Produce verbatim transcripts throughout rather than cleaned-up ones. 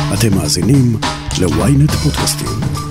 אתם מאזינים ל-ynet פודקאסטים.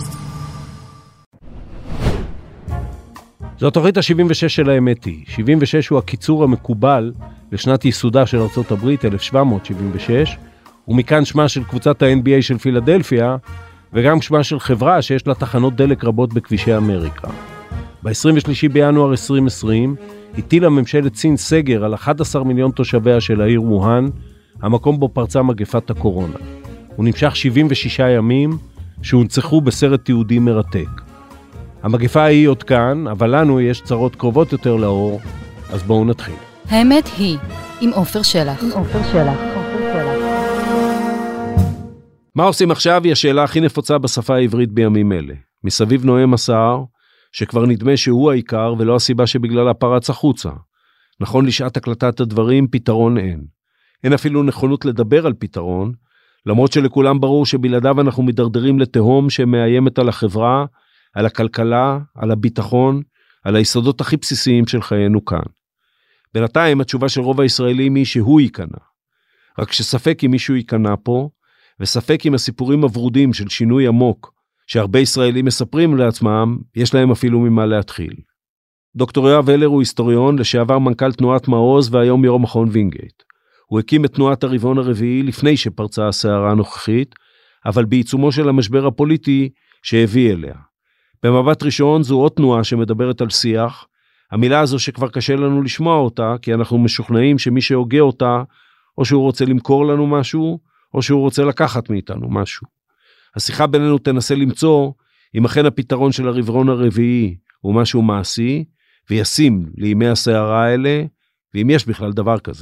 זו התוכנית ה-שבעים ושש של האמת היא. שבעים ושש הוא הקיצור המקובל לשנת ייסודה של ארצות הברית, אלף שבע מאות שבעים ושש, ומכאן שמה של קבוצת ה-אן בי איי של פילדלפיה, וגם שמה של חברה שיש לה תחנות דלק רבות בכבישי אמריקה. ב-עשרים ושלושה בינואר עשרים עשרים הטילה ממשלת סין סגר על אחד עשר מיליון תושביה של העיר ווהאן, המקום בו פרצה מגפת הקורונה. הוא נמשך שבעים ושישה ימים, שהונצחו בסרט תיעודי מרתק. המגפה היא עוד כאן, אבל לנו יש צרות קרובות יותר לאור, אז בואו נתחיל. האמת היא, עם עופר שלח. עם עופר שלח. מה עושים עכשיו היא השאלה הכי נפוצה בשפה העברית בימים אלה. מסביב נואם הסער, שכבר נדמה שהוא העיקר ולא הסיבה שבגללה פרץ החוצה. נכון לשעת הקלטת הדברים, פתרון אין. אין אפילו נכונות לדבר על פתרון, למרות שלכולם ברור שבלעדיו אנחנו מדרדרים לתהום שמאיימת על החברה, על הכלכלה, על הביטחון, על היסודות הכי בסיסיים של חיינו כאן. בינתיים התשובה של רוב הישראלים היא שהוא ייכנע. רק שספק אם מישהו ייכנע פה, וספק אם הסיפורים הוורודים של שינוי עמוק, שהרבה ישראלים מספרים לעצמם, יש להם אפילו ממה להתחיל. דוקטור יואב הלר הוא היסטוריון, לשעבר מנכ"ל תנועת מעוז והיום יו"ר מכון וינגייט. הוא הקים את תנועת הרבעון הרביעי לפני שפרצה הסערה הנוכחית, אבל בעיצומו של המשבר הפוליטי שהביא אליה. במבט ראשון זו עוד תנועה שמדברת על שיח, המילה הזו שכבר קשה לנו לשמוע אותה, כי אנחנו משוכנעים שמי שהוגה אותה, או שהוא רוצה למכור לנו משהו, או שהוא רוצה לקחת מאיתנו משהו. השיחה בינינו תנסה למצוא, אם אכן הפתרון של הרבעון הרביעי הוא משהו מעשי, וישים לימי הסערה האלה, ואם יש בכלל דבר כזה.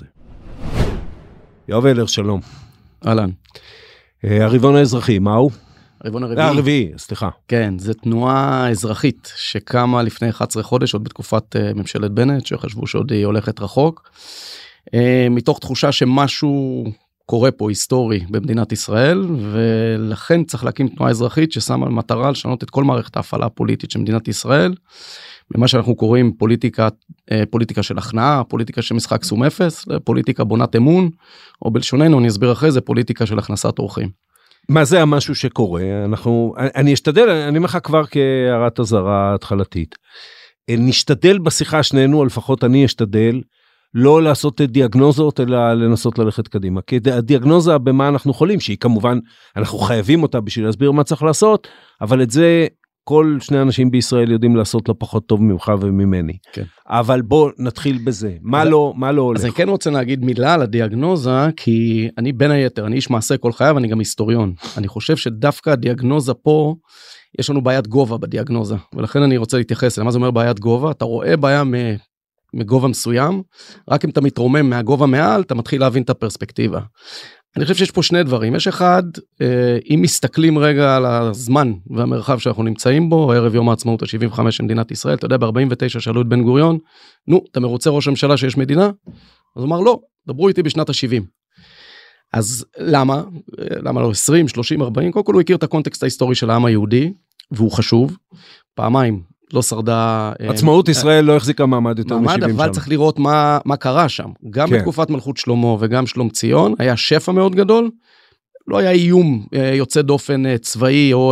יואב הלר, שלום. אהלן. הרבעון האזרחי, מה הוא? הרבעון הרביעי. הרביעי, סליחה. כן, זו תנועה אזרחית שקמה לפני אחד עשר חודש, עוד בתקופת ממשלת בנט, שחשבו שעוד היא הולכת רחוק, מתוך תחושה שמשהו קורה פה היסטורי במדינת ישראל, ולכן צריך להקים תנועה אזרחית ששמה מטרה לשנות את כל מערכת ההפעלה הפוליטית של מדינת ישראל, במה שאנחנו קוראים פוליטיקה, פוליטיקה של הכנעה, פוליטיקה של משחק סום אפס, פוליטיקה בונת אמון, או בלשוננו, אני אסביר אחרי זה, פוליטיקה של הכנסת אורחים. מה זה המשהו שקורה? אנחנו, אני אשתדל, אני אומר לך כבר כהערת אזהרה התחלתית, נשתדל בשיחה שנינו, לפחות אני אשתדל, לא לעשות דיאגנוזות, אלא לנסות ללכת קדימה. כי הדיאגנוזה במה אנחנו חולים, שהיא כמובן, אנחנו חייבים אותה בשביל להסביר מה צריך לעשות, אבל את זה כל שני אנשים בישראל יודעים לעשות לא פחות טוב ממך וממני. כן. אבל בוא נתחיל בזה. מה לא, מה לא הולך? אז אני כן רוצה להגיד מילה על הדיאגנוזה, כי אני בין היתר, אני איש מעשה כל חיי, ואני גם היסטוריון. אני חושב שדווקא הדיאגנוזה פה, יש לנו בעיית גובה בדיאגנוזה, ולכן אני רוצה להתייחס. למה זה אומר בעיית גובה? אתה רואה בעיה מ... מגובה מסוים, רק אם אתה מתרומם מהגובה מעל, אתה מתחיל להבין את הפרספקטיבה. אני חושב שיש פה שני דברים. יש אחד, אם מסתכלים רגע על הזמן והמרחב שאנחנו נמצאים בו, ערב יום העצמאות ה-שבעים וחמש של מדינת ישראל, אתה יודע, ב-ארבעים ותשע שאלו את בן גוריון, נו, אתה מרוצה ראש הממשלה שיש מדינה? אז הוא אמר, לא, דברו איתי בשנת ה-שבעים. אז למה? למה לא עשרים, שלושים, ארבעים? קודם כל הוא הכיר את הקונטקסט ההיסטורי של העם היהודי, והוא חשוב, פעמיים. לא שרדה... עצמאות ישראל לא החזיקה מעמד יותר מ-שבעים שנה. אבל צריך לראות מה, מה קרה שם. גם בתקופת מלכות שלמה וגם שלום ציון, היה שפע מאוד גדול, לא היה איום יוצא דופן צבאי או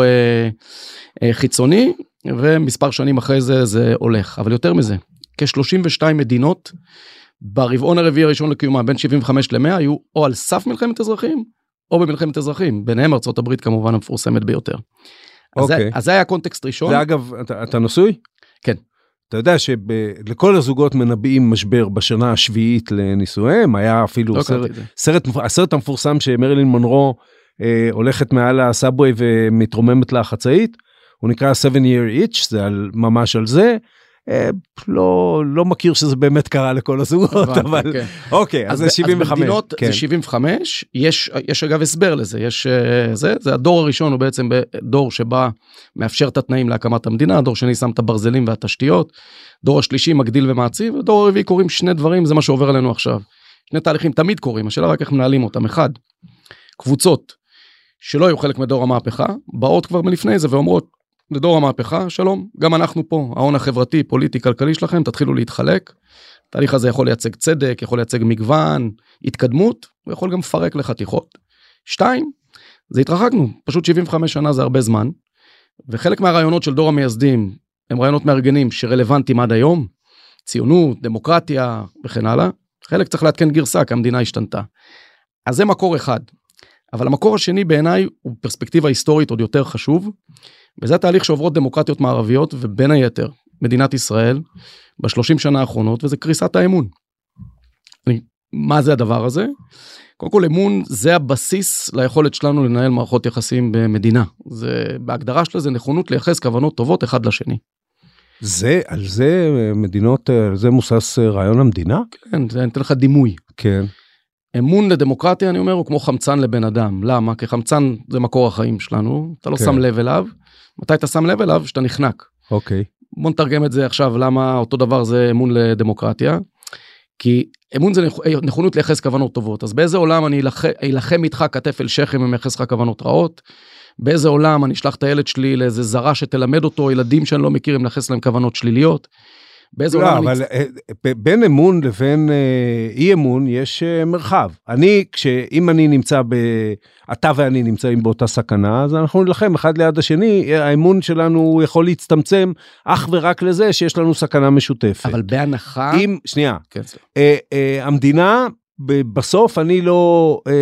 חיצוני, ומספר שנים אחרי זה זה הולך. אבל יותר מזה, כ-שלושים ושתיים מדינות, ברבעון הרביעי הראשון לקיומה, בין שבעים וחמש למאה, היו או על סף מלחמת אזרחים, או במלחמת אזרחים, ביניהם ארצות הברית כמובן המפורסמת ביותר. אז, okay. זה, אז זה היה קונטקסט ראשון. זה אגב, אתה, אתה נשוי? כן. אתה יודע שלכל הזוגות מנבאים משבר בשנה השביעית לנישואיהם, היה אפילו לא סרט, סרט, הסרט המפורסם שמרילין מונרו אה, הולכת מעל הסאבווי ומתרוממת לה החצאית, הוא נקרא seven year itch, זה על, ממש על זה, אה, לא, לא מכיר שזה באמת קרה לכל הזוגות, אבל אוקיי, אז זה שבעים וחמש. אז במדינות זה שבעים וחמש, יש, יש אגב הסבר לזה, יש, זה, זה הדור הראשון הוא בעצם דור שבה מאפשר את התנאים להקמת המדינה, הדור שני שם את הברזלים והתשתיות, דור השלישי מגדיל ומעציב, ודור הרביעי קוראים שני דברים, זה מה שעובר עלינו עכשיו. שני תהליכים תמיד קורים, השאלה רק איך מנהלים אותם. אחד, קבוצות שלא היו חלק מדור המהפכה, באות כבר מלפני זה ואומרות, לדור המהפכה, שלום, גם אנחנו פה, ההון החברתי, פוליטי, כלכלי שלכם, תתחילו להתחלק, התהליך הזה יכול לייצג צדק, יכול לייצג מגוון, התקדמות, הוא יכול גם לפרק לחתיכות. שתיים, זה התרחקנו, פשוט שבעים וחמש שנה זה הרבה זמן, וחלק מהרעיונות של דור המייסדים, הם רעיונות מארגנים שרלוונטיים עד היום, ציונות, דמוקרטיה וכן הלאה, חלק צריך להתקן גרסה, כי המדינה השתנתה. אז זה מקור אחד. אבל המקור השני בעיניי הוא פרספקטיבה היסטורית עוד יותר חשוב, וזה התהליך שעוברות דמוקרטיות מערביות, ובין היתר, מדינת ישראל, בשלושים שנה האחרונות, וזה קריסת האמון. אני, מה זה הדבר הזה? קודם כל, אמון זה הבסיס ליכולת שלנו לנהל מערכות יחסים במדינה. זה, בהגדרה שלה זה נכונות לייחס כוונות טובות אחד לשני. זה, על זה מדינות, על זה מוסס רעיון המדינה? כן, זה נתן לך דימוי. כן. אמון לדמוקרטיה, אני אומר, הוא כמו חמצן לבן אדם. למה? כי חמצן זה מקור החיים שלנו, אתה לא שם לב אליו. מתי אתה שם לב אליו? שאתה נחנק. אוקיי. בוא נתרגם את זה עכשיו, למה אותו דבר זה אמון לדמוקרטיה? כי אמון זה נכונות לייחס כוונות טובות. אז באיזה עולם אני אלחם איתך כתף אל שכם ומייחס לך כוונות רעות? באיזה עולם אני אשלח את הילד שלי לאיזה זרה שתלמד אותו, ילדים שאני לא מכיר, אם לייחס להם כוונות שליליות? באיזה לא, עולם אבל אני... בין אמון לבין אי אמון יש מרחב. אני, אם אני נמצא ב... אתה ואני נמצאים באותה סכנה, אז אנחנו נלחם אחד ליד השני, האמון שלנו יכול להצטמצם אך ורק לזה שיש לנו סכנה משותפת. אבל בהנחה... אם, שנייה, כן, אה, אה, המדינה... בסוף אני לא, אה,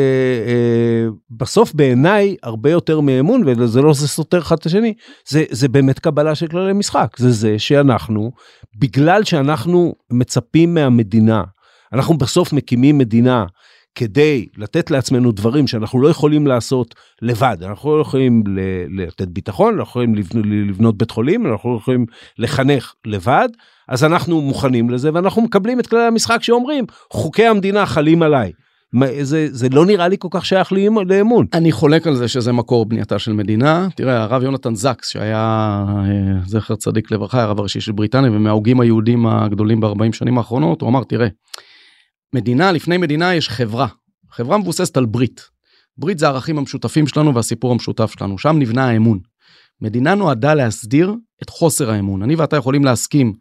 אה, בסוף בעיניי הרבה יותר מאמון, וזה לא זה סותר אחד את השני, זה, זה באמת קבלה של כללי משחק, זה זה שאנחנו, בגלל שאנחנו מצפים מהמדינה, אנחנו בסוף מקימים מדינה, כדי לתת לעצמנו דברים שאנחנו לא יכולים לעשות לבד, אנחנו לא יכולים לתת ביטחון, אנחנו יכולים לבנות, לבנות בית חולים, אנחנו לא יכולים לחנך לבד, אז אנחנו מוכנים לזה, ואנחנו מקבלים את כללי המשחק שאומרים, חוקי המדינה חלים עליי. זה, זה לא נראה לי כל כך שייך לאמון. אני חולק על זה שזה מקור בנייתה של מדינה. תראה, הרב יונתן זקס, שהיה זכר צדיק לברכה, הרב הראשי של בריטניה, ומההוגים היהודים הגדולים ב-ארבעים שנים האחרונות, הוא אמר, תראה, מדינה, לפני מדינה יש חברה. חברה מבוססת על ברית. ברית זה הערכים המשותפים שלנו והסיפור המשותף שלנו. שם נבנה האמון. מדינה נועדה להסדיר את חוסר האמון. אני ואתה יכולים להסכים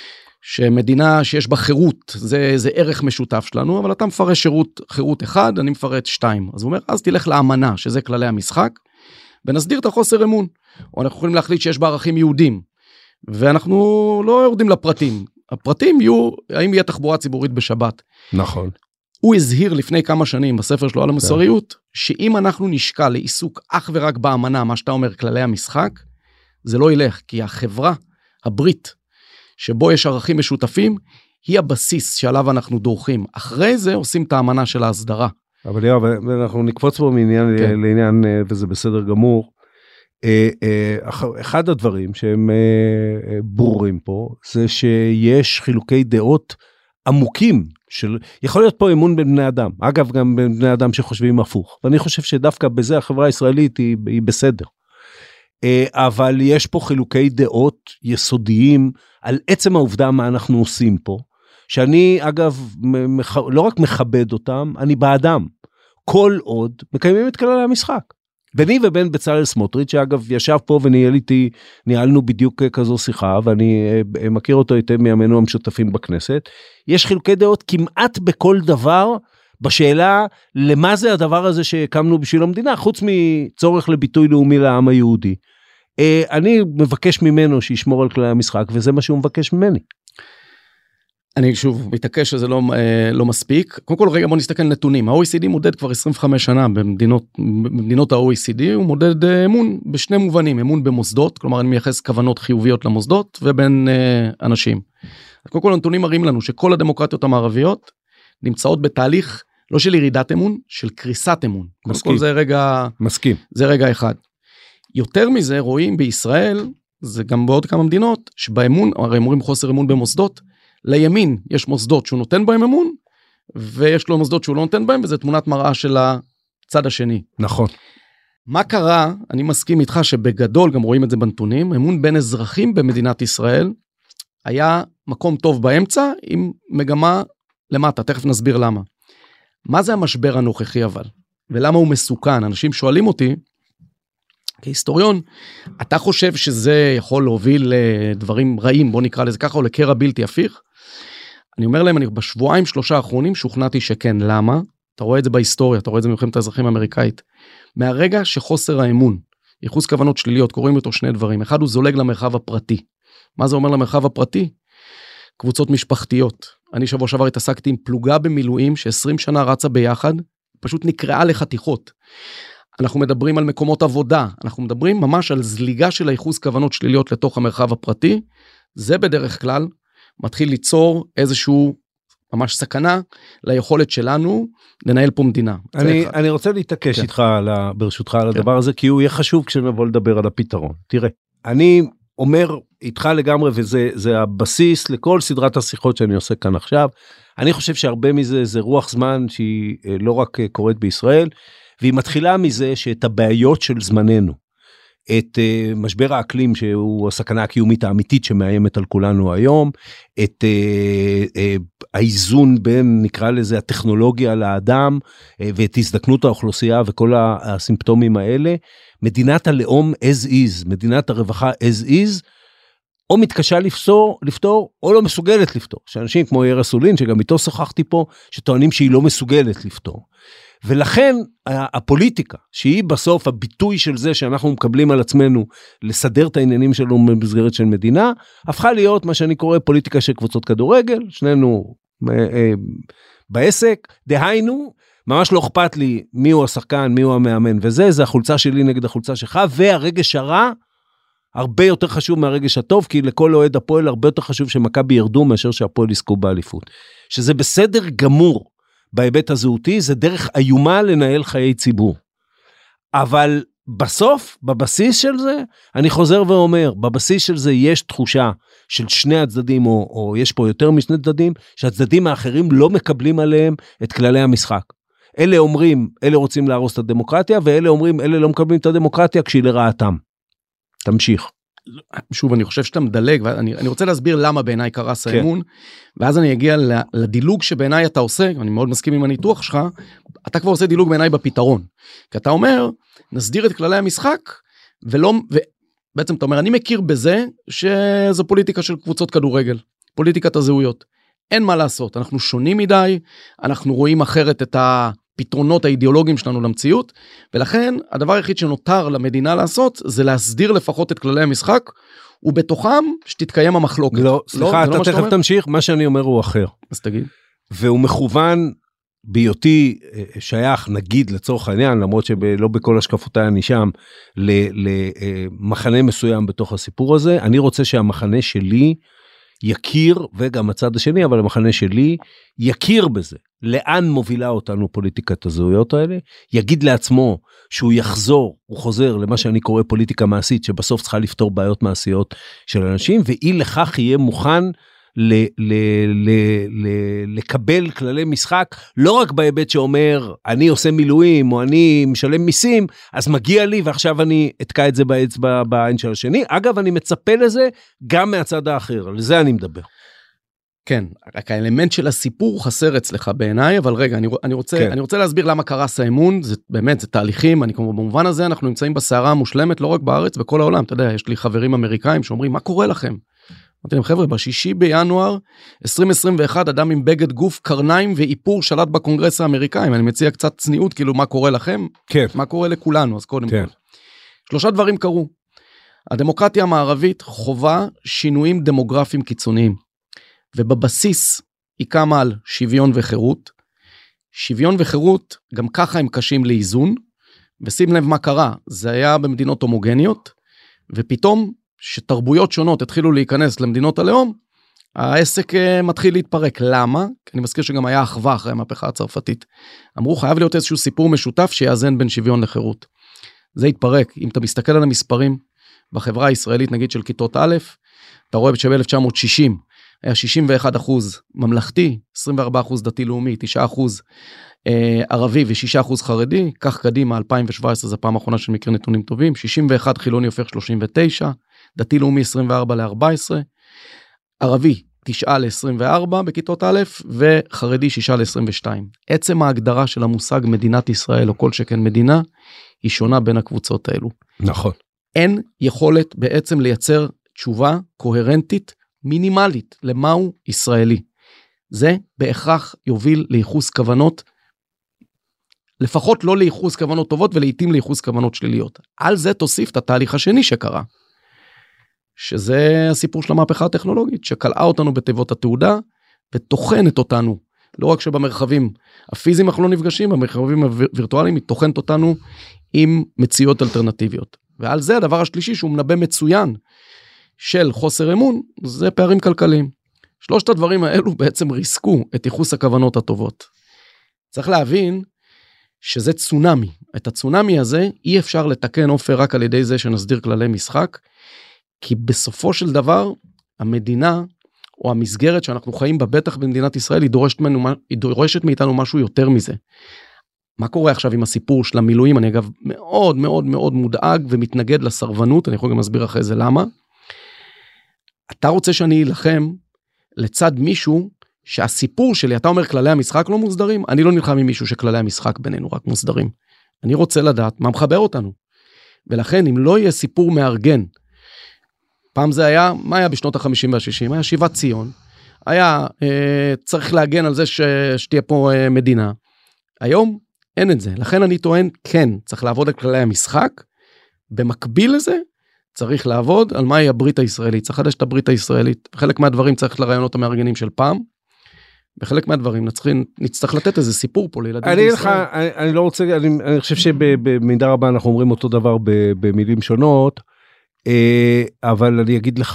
שמדינה שיש בה חירות, זה, זה ערך משותף שלנו, אבל אתה מפרש שירות, חירות אחד, אני מפרט שתיים. אז הוא אומר, אז תלך לאמנה, שזה כללי המשחק, ונסדיר את החוסר אמון. או אנחנו יכולים להחליט שיש בה ערכים יהודים, ואנחנו לא יורדים לפרטים. הפרטים יהיו, האם יהיה תחבורה ציבורית בשבת. נכון. הוא הזהיר לפני כמה שנים בספר שלו על המוסריות, שאם אנחנו נשקע לעיסוק אך ורק באמנה, מה שאתה אומר, כללי המשחק, זה לא ילך, כי החברה, הברית, שבו יש ערכים משותפים, היא הבסיס שעליו אנחנו דורכים. אחרי זה עושים את האמנה של ההסדרה. אבל יאו, אנחנו נקפוץ פה מעניין כן. לעניין, וזה בסדר גמור. אחד הדברים שהם ברורים פה, זה שיש חילוקי דעות עמוקים, של, יכול להיות פה אמון בין בני אדם, אגב גם בין בני אדם שחושבים הפוך, ואני חושב שדווקא בזה החברה הישראלית היא, היא בסדר, אבל יש פה חילוקי דעות יסודיים, על עצם העובדה מה אנחנו עושים פה, שאני אגב לא רק מכבד אותם, אני בעדם, כל עוד מקיימים את כללי המשחק, ביני ובין בצלאל סמוטריץ', שאגב ישב פה וניהל איתי, ניהלנו בדיוק כזו שיחה, ואני מכיר אותו היטב מימינו המשותפים בכנסת, יש חילוקי דעות כמעט בכל דבר, בשאלה למה זה הדבר הזה שהקמנו בשביל המדינה, חוץ מצורך לביטוי לאומי לעם היהודי. אני מבקש ממנו שישמור על כללי המשחק, וזה מה שהוא מבקש ממני. אני שוב מתעקש שזה לא, לא מספיק. קודם כל רגע בוא נסתכל נתונים. ה-או אי סי די מודד כבר עשרים וחמש שנה במדינות, במדינות ה-או אי סי די, הוא מודד אמון בשני מובנים, אמון במוסדות, כלומר אני מייחס כוונות חיוביות למוסדות ובין uh, אנשים. קודם כל הנתונים מראים לנו שכל הדמוקרטיות המערביות נמצאות בתהליך לא של ירידת אמון, של קריסת אמון. מסכים. קודם כל זה רגע, מסכים. זה רגע אחד. יותר מזה רואים בישראל, זה גם בעוד כמה מדינות, שבאמון, הרי אומרים חוסר אמון במוסדות, לימין יש מוסדות שהוא נותן בהם אמון, ויש לו מוסדות שהוא לא נותן בהם, וזה תמונת מראה של הצד השני. נכון. מה קרה? אני מסכים איתך שבגדול, גם רואים את זה בנתונים, אמון בין אזרחים במדינת ישראל, היה מקום טוב באמצע, עם מגמה למטה, תכף נסביר למה. מה זה המשבר הנוכחי אבל? ולמה הוא מסוכן? אנשים שואלים אותי, כהיסטוריון, אתה חושב שזה יכול להוביל לדברים רעים, בוא נקרא לזה ככה, או לקרע בלתי הפיך? אני אומר להם, אני בשבועיים שלושה האחרונים שוכנעתי שכן, למה? אתה רואה את זה בהיסטוריה, אתה רואה את זה במלחמת האזרחים האמריקאית. מהרגע שחוסר האמון, ייחוס כוונות שליליות, קוראים אותו שני דברים. אחד הוא זולג למרחב הפרטי. מה זה אומר למרחב הפרטי? קבוצות משפחתיות. אני שבוע שעבר התעסקתי עם פלוגה במילואים ש-עשרים שנה רצה ביחד, פשוט נקראה לחתיכות. אנחנו מדברים על מקומות עבודה, אנחנו מדברים ממש על זליגה של הייחוס כוונות שליליות לתוך המרחב הפרטי, זה בדרך כלל מתחיל ליצור איזשהו ממש סכנה ליכולת שלנו לנהל פה מדינה. אני, אני רוצה להתעקש כן. איתך על ה, ברשותך על הדבר כן. הזה, כי הוא יהיה חשוב כשנבוא לדבר על הפתרון. תראה, אני אומר איתך לגמרי, וזה זה הבסיס לכל סדרת השיחות שאני עושה כאן עכשיו, אני חושב שהרבה מזה זה רוח זמן שהיא לא רק קורית בישראל, והיא מתחילה מזה שאת הבעיות של זמננו, את uh, משבר האקלים שהוא הסכנה הקיומית האמיתית שמאיימת על כולנו היום, את uh, uh, האיזון בין נקרא לזה הטכנולוגיה לאדם, uh, ואת הזדקנות האוכלוסייה וכל הסימפטומים האלה, מדינת הלאום as is, מדינת הרווחה as is, או מתקשה לפתור, לפתור או לא מסוגלת לפתור. שאנשים כמו יאיר אסולין, שגם איתו שוחחתי פה, שטוענים שהיא לא מסוגלת לפתור. ולכן הפוליטיקה, שהיא בסוף הביטוי של זה שאנחנו מקבלים על עצמנו לסדר את העניינים שלנו במסגרת של מדינה, הפכה להיות מה שאני קורא פוליטיקה של קבוצות כדורגל, שנינו אה, אה, בעסק, דהיינו, ממש לא אכפת לי מי הוא השחקן, מי הוא המאמן, וזה, זה החולצה שלי נגד החולצה שלך, והרגש הרע, הרבה יותר חשוב מהרגש הטוב, כי לכל אוהד הפועל הרבה יותר חשוב שמכבי ירדו, מאשר שהפועל יזכו באליפות. שזה בסדר גמור, בהיבט הזהותי, זה דרך איומה לנהל חיי ציבור. אבל בסוף, בבסיס של זה, אני חוזר ואומר, בבסיס של זה יש תחושה של שני הצדדים, או, או יש פה יותר משני צדדים, שהצדדים האחרים לא מקבלים עליהם את כללי המשחק. אלה אומרים, אלה רוצים להרוס את הדמוקרטיה, ואלה אומרים, אלה לא מקבלים את הדמוקרטיה כשהיא לרעתם. תמשיך. שוב, אני חושב שאתה מדלג, ואני אני רוצה להסביר למה בעיניי קרס האמון, ואז אני אגיע לדילוג שבעיניי אתה עושה, אני מאוד מסכים עם הניתוח שלך, אתה כבר עושה דילוג בעיניי בפתרון. כי אתה אומר, נסדיר את כללי המשחק, ולא, ובעצם אתה אומר, אני מכיר בזה, שזו פוליטיקה של קבוצות כדורגל, פוליטיקת הזהויות. אין מה לעשות, אנחנו שונים מדי, אנחנו רואים אחרת את ה... פתרונות האידיאולוגיים שלנו למציאות, ולכן הדבר היחיד שנותר למדינה לעשות, זה להסדיר לפחות את כללי המשחק, ובתוכם שתתקיים המחלוקת. לא, סליחה, אתה תכף תמשיך, מה שאני אומר הוא אחר. אז תגיד. והוא מכוון בהיותי שייך, נגיד לצורך העניין, למרות שלא בכל השקפותיי אני שם, למחנה מסוים בתוך הסיפור הזה, אני רוצה שהמחנה שלי יכיר, וגם הצד השני, אבל המחנה שלי, יכיר בזה. לאן מובילה אותנו פוליטיקת הזהויות האלה, יגיד לעצמו שהוא יחזור, הוא חוזר למה שאני קורא פוליטיקה מעשית, שבסוף צריכה לפתור בעיות מעשיות של אנשים, ואי לכך יהיה מוכן ל- ל- ל- ל- לקבל כללי משחק, לא רק בהיבט שאומר, אני עושה מילואים, או אני משלם מיסים, אז מגיע לי, ועכשיו אני אתקע את זה באצבע בעין של השני. אגב, אני מצפה לזה גם מהצד האחר, על זה אני מדבר. כן, רק האלמנט של הסיפור חסר אצלך בעיניי, אבל רגע, אני, אני, רוצה, כן. אני רוצה להסביר למה קרס האמון, זה באמת, זה תהליכים, אני כמו במובן הזה, אנחנו נמצאים בסערה המושלמת, לא רק בארץ, בכל העולם, אתה יודע, יש לי חברים אמריקאים שאומרים, מה קורה לכם? אמרתי להם, חבר'ה, בשישי בינואר, עשרים עשרים ואחת, אדם עם בגד גוף, קרניים ואיפור שלט בקונגרס האמריקאי, אני מציע קצת צניעות, כאילו, מה קורה לכם? כן. מה קורה לכולנו, אז קודם כן. כל. שלושה דברים קרו. הדמוקרטיה המערבית חובה שינויים דמוגרפיים קיצוניים. ובבסיס היא קמה על שוויון וחירות. שוויון וחירות, גם ככה הם קשים לאיזון, ושים לב מה קרה, זה היה במדינות הומוגניות, ופתאום שתרבויות שונות התחילו להיכנס למדינות הלאום, העסק מתחיל להתפרק. למה? כי אני מזכיר שגם היה אחווה אחרי המהפכה הצרפתית. אמרו, חייב להיות איזשהו סיפור משותף שיאזן בין שוויון לחירות. זה התפרק. אם אתה מסתכל על המספרים בחברה הישראלית, נגיד של כיתות א', אתה רואה שב-אלף תשע מאות שישים, היה שישים ואחד אחוז ממלכתי, עשרים וארבעה אחוז דתי-לאומי, תשעה אחוז אה, ערבי ו-שישה אחוז חרדי, כך קדימה, אלפיים שבע עשרה, זו פעם האחרונה של מקרה נתונים טובים, שישים ואחד חילוני הופך שלושים ותשע, דתי-לאומי עשרים וארבע ל-ארבע עשרה, ערבי תשעה ל-עשרים וארבע בכיתות א', וחרדי שישה ל-עשרים ושתיים. עצם ההגדרה של המושג מדינת ישראל, או כל שכן מדינה, היא שונה בין הקבוצות האלו. נכון. אין יכולת בעצם לייצר תשובה קוהרנטית, מינימלית, למהו ישראלי. זה בהכרח יוביל לייחוס כוונות לפחות לא לייחוס כוונות טובות, ולעיתים לייחוס כוונות שליליות. על זה תוסיף את התהליך השני שקרה, שזה הסיפור של המהפכה הטכנולוגית, שקלעה אותנו בתיבות התעודה, ותוכנת אותנו, לא רק שבמרחבים הפיזיים אנחנו לא נפגשים, במרחבים הווירטואליים היא תוכנת אותנו עם מציאות אלטרנטיביות. ועל זה הדבר השלישי שהוא מנבא מצוין של חוסר אמון, זה פערים כלכליים. שלושת הדברים האלו בעצם ריסקו את ייחוס הכוונות הטובות. צריך להבין שזה צונמי. את הצונמי הזה אי אפשר לתקן אופר רק על ידי זה שנסדיר כללי משחק, כי בסופו של דבר המדינה או המסגרת שאנחנו חיים בה, בטח במדינת ישראל, היא דורשת, מנו, היא דורשת מאיתנו משהו יותר מזה. מה קורה עכשיו עם הסיפור של המילואים? אני אגב מאוד מאוד מאוד מודאג ומתנגד לסרבנות, אני יכול גם להסביר אחרי זה למה. אתה רוצה שאני אלחם לצד מישהו שהסיפור שלי, אתה אומר כללי המשחק לא מוסדרים, אני לא נלחם עם מישהו שכללי המשחק בינינו רק מוסדרים. אני רוצה לדעת מה מחבר אותנו. ולכן אם לא יהיה סיפור מארגן, פעם זה היה, מה היה בשנות ה-חמישים וה-שישים? היה שיבת ציון, היה אה, צריך להגן על זה ש, שתהיה פה אה, מדינה. היום אין את זה, לכן אני טוען, כן, צריך לעבוד על כללי המשחק, במקביל לזה, צריך לעבוד על מהי הברית הישראלית, צריך לדעת את הברית הישראלית, וחלק מהדברים צריך לרעיונות המארגנים של פעם, בחלק מהדברים נצטרך, נצטרך לתת איזה סיפור פה לילדים בישראל. לך, אני, אני לא רוצה, אני, אני חושב שבמידה רבה אנחנו אומרים אותו דבר במילים שונות, אבל אני אגיד לך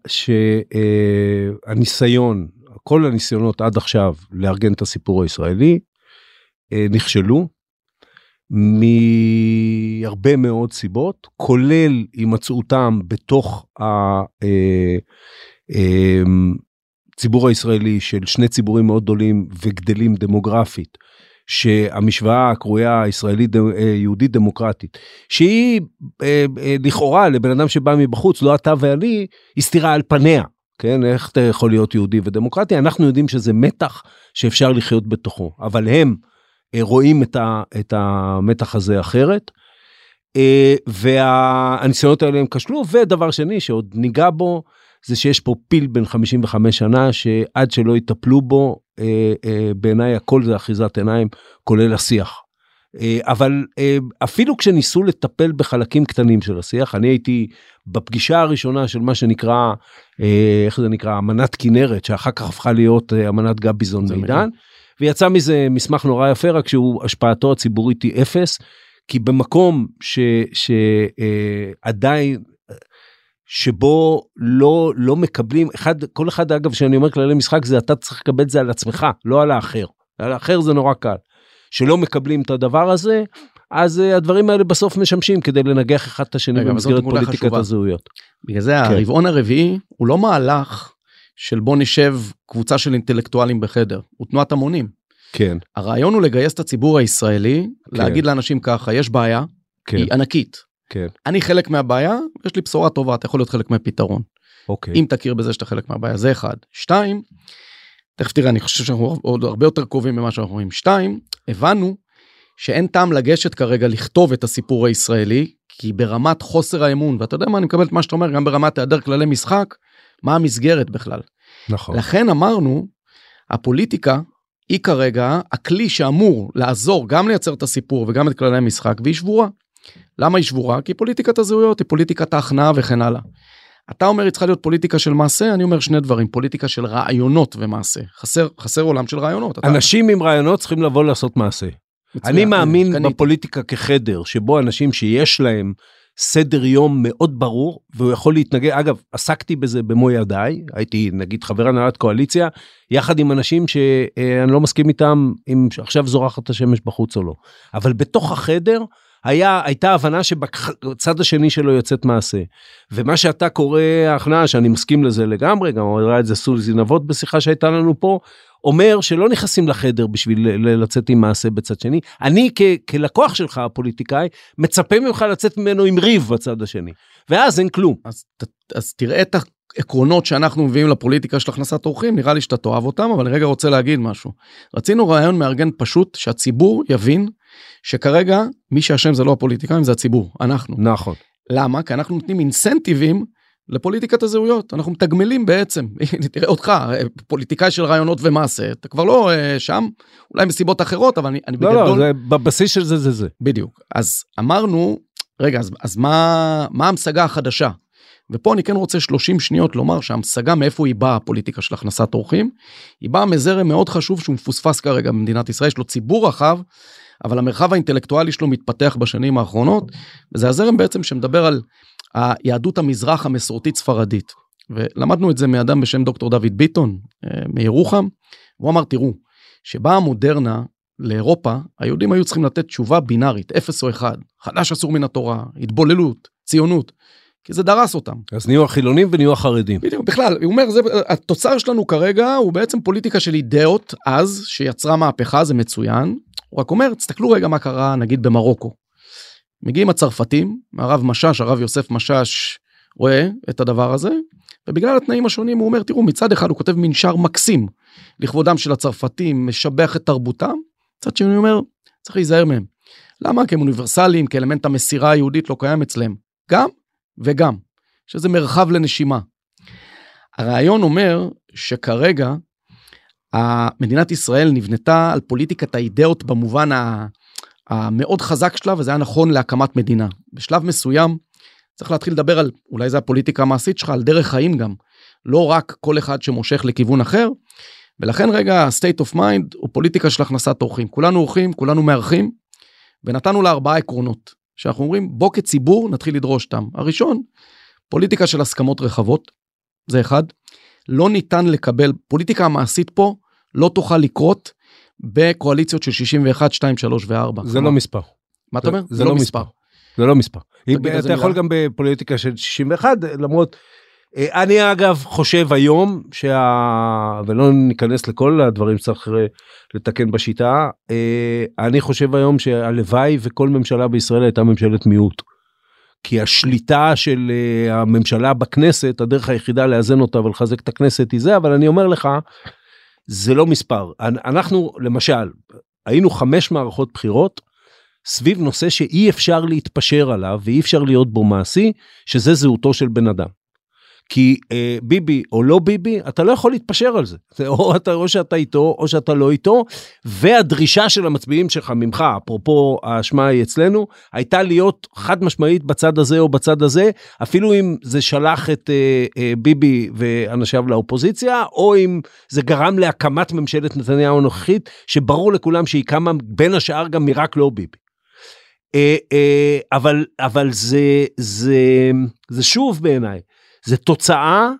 שהניסיון, כל הניסיונות עד עכשיו לארגן את הסיפור הישראלי, נכשלו מהרבה מאוד סיבות, כולל הימצאותם בתוך הציבור הישראלי של שני ציבורים מאוד גדולים וגדלים דמוגרפית, שהמשוואה הקרויה הישראלית יהודית דמוקרטית, שהיא לכאורה לבן אדם שבא מבחוץ, לא אתה ואני, היא סתירה על פניה, כן? איך אתה יכול להיות יהודי ודמוקרטי? אנחנו יודעים שזה מתח שאפשר לחיות בתוכו, אבל הם רואים את, ה, את המתח הזה אחרת, והניסיונות האלה הם כשלו, ודבר שני שעוד ניגע בו, זה שיש פה פיל בין חמישים וחמש שנה, שעד שלא יטפלו בו, בעיניי הכל זה אחיזת עיניים, כולל השיח. אבל אפילו כשניסו לטפל בחלקים קטנים של השיח, אני הייתי בפגישה הראשונה של מה שנקרא, איך זה נקרא, אמנת כנרת, שאחר כך הפכה להיות אמנת גביזון מידן, ויצא מזה מסמך נורא יפה, רק שהוא השפעתו הציבורית היא אפס, כי במקום ש, שעדיין, שבו לא, לא מקבלים, אחד, כל אחד אגב שאני אומר כללי משחק, זה אתה צריך לקבל את זה על עצמך, לא על האחר. על האחר זה נורא קל. שלא מקבלים את הדבר הזה, אז הדברים האלה בסוף משמשים, כדי לנגח אחד את השני במסגרת פוליטיקת הזהויות. בגלל זה כן. הרבעון הרביעי, הוא לא מהלך, של בוא נשב קבוצה של אינטלקטואלים בחדר, הוא תנועת המונים. כן. הרעיון הוא לגייס את הציבור הישראלי, כן. להגיד לאנשים ככה, יש בעיה, כן. היא ענקית. כן. אני חלק מהבעיה, יש לי בשורה טובה, אתה יכול להיות חלק מהפתרון. אוקיי. אם תכיר בזה שאתה חלק מהבעיה, זה אחד. שתיים, תכף תראה, אני חושב שאנחנו עוד הרבה יותר קרובים ממה שאנחנו רואים. שתיים, הבנו שאין טעם לגשת כרגע לכתוב את הסיפור הישראלי, כי ברמת חוסר האמון, ואתה יודע מה, אני מקבל את מה שאתה אומר, גם ברמת היעדר כללי משחק, מה המסגרת בכלל. נכון. לכן אמרנו, הפוליטיקה היא כרגע הכלי שאמור לעזור גם לייצר את הסיפור וגם את כללי המשחק, והיא שבורה. למה היא שבורה? כי פוליטיקת הזהויות היא פוליטיקת ההכנעה וכן הלאה. אתה אומר היא צריכה להיות פוליטיקה של מעשה, אני אומר שני דברים, פוליטיקה של רעיונות ומעשה. חסר, חסר עולם של רעיונות. אנשים עם רעיונות צריכים לבוא לעשות מעשה. אני מאמין בפוליטיקה כחדר, שבו אנשים שיש להם סדר יום מאוד ברור, והוא יכול להתנגד, אגב, עסקתי בזה במו ידיי, הייתי נגיד חבר הנהלת קואליציה, יחד עם אנשים שאני לא מסכים איתם, אם עכשיו זורחת השמש בחוץ או לא. אבל בתוך החדר, היה, הייתה הבנה שבצד השני שלו יוצאת מעשה. ומה שאתה קורא ההכנעה, שאני מסכים לזה לגמרי, גם ראה את זה סוזי נבות בשיחה שהייתה לנו פה, אומר שלא נכנסים לחדר בשביל לצאת עם מעשה בצד שני. אני כ- כלקוח שלך, הפוליטיקאי, מצפה ממך לצאת ממנו עם ריב בצד השני. ואז אין כלום. אז, אז תראה את העקרונות שאנחנו מביאים לפוליטיקה של הכנסת אורחים, נראה לי שאתה תאהב אותם, אבל אני רגע רוצה להגיד משהו. רצינו רעיון מארגן פשוט, שהציבור יבין שכרגע מי שהשם זה לא הפוליטיקאים, זה הציבור, אנחנו. נכון. למה? כי אנחנו נותנים אינסנטיבים לפוליטיקת הזהויות, אנחנו מתגמלים בעצם, תראה אותך, פוליטיקאי של רעיונות ומעשה, אתה כבר לא שם, אולי מסיבות אחרות, אבל אני, אני לא, בגדול... לא, זה, בבסיס של זה זה זה. בדיוק, אז אמרנו, רגע, אז, אז מה, מה המשגה החדשה? ופה אני כן רוצה שלושים שניות לומר שהמשגה מאיפה היא באה, הפוליטיקה של הכנסת אורחים, היא באה מזרם מאוד חשוב שהוא מפוספס כרגע במדינת ישראל, יש לו ציבור רחב, אבל המרחב האינטלקטואלי שלו מתפתח בשנים האחרונות, וזה הזרם בעצם שמדבר על היהדות המזרח המסורתית ספרדית, ולמדנו את זה מאדם בשם דוקטור דוד ביטון, מירוחם, הוא אמר, תראו, שבאה המודרנה לאירופה, היהודים היו צריכים לתת תשובה בינארית, אפס או אחד, חדש אסור מן התורה, התבוללות, ציונות, כי זה דרס אותם. אז נהיו החילונים ונהיו החרדים. בדיוק, בכלל, הוא אומר, זה, התוצר שלנו כרגע הוא בעצם פוליטיקה של אידאות אז, שיצרה מהפכה, זה מצוין, הוא רק אומר, תסתכלו רגע מה קרה, נגיד במרוקו. מגיעים הצרפתים, הרב משש, הרב יוסף משש, רואה את הדבר הזה, ובגלל התנאים השונים הוא אומר, תראו, מצד אחד הוא כותב מנשר מקסים, לכבודם של הצרפתים, משבח את תרבותם, מצד שני הוא אומר, צריך להיזהר מהם. למה? כי הם אוניברסליים, כי אלמנט המסירה היהודית לא קיים אצלם. גם וגם, שזה מרחב לנשימה. הרעיון אומר שכרגע, מדינת ישראל נבנתה על פוליטיקת האידאות במובן המאוד חזק שלה, וזה היה נכון להקמת מדינה. בשלב מסוים, צריך להתחיל לדבר על, אולי זה הפוליטיקה המעשית שלך, על דרך חיים גם, לא רק כל אחד שמושך לכיוון אחר, ולכן רגע, state of mind הוא פוליטיקה של הכנסת אורחים. כולנו אורחים, כולנו מארחים, ונתנו לה ארבעה עקרונות, שאנחנו אומרים, בוא כציבור נתחיל לדרוש אותם. הראשון, פוליטיקה של הסכמות רחבות, זה אחד, לא ניתן לקבל, פוליטיקה המעשית פה, לא תוכל לקרות בקואליציות של שישים ואחת, שתיים, שלוש וארבע. זה לא מספר. מה אתה אומר? זה לא מספר. זה לא מספר. אתה יכול מילה. גם בפוליטיקה של שישים ואחת, למרות, אני אגב חושב היום, שה... ולא ניכנס לכל הדברים שצריך לתקן בשיטה, אני חושב היום שהלוואי וכל ממשלה בישראל הייתה ממשלת מיעוט. כי השליטה של הממשלה בכנסת, הדרך היחידה לאזן אותה ולחזק את הכנסת היא זה, אבל אני אומר לך, זה לא מספר. אנחנו, למשל, היינו חמש מערכות בחירות, סביב נושא שאי אפשר להתפשר עליו, ואי אפשר להיות בו מעשי, שזה זהותו של בן אדם. כי אה, ביבי או לא ביבי, אתה לא יכול להתפשר על זה. או, אתה, או שאתה איתו, או שאתה לא איתו, והדרישה של המצביעים שלך ממך, אפרופו האשמה היא אצלנו, הייתה להיות חד משמעית בצד הזה או בצד הזה, אפילו אם זה שלח את אה, אה, ביבי ואנשיו לאופוזיציה, או אם זה גרם להקמת ממשלת נתניהו הנוכחית, שברור לכולם שהיא קמה בין השאר גם מרק לא ביבי. אה, אה, אבל, אבל זה, זה, זה שוב בעיניי, זה תוצאה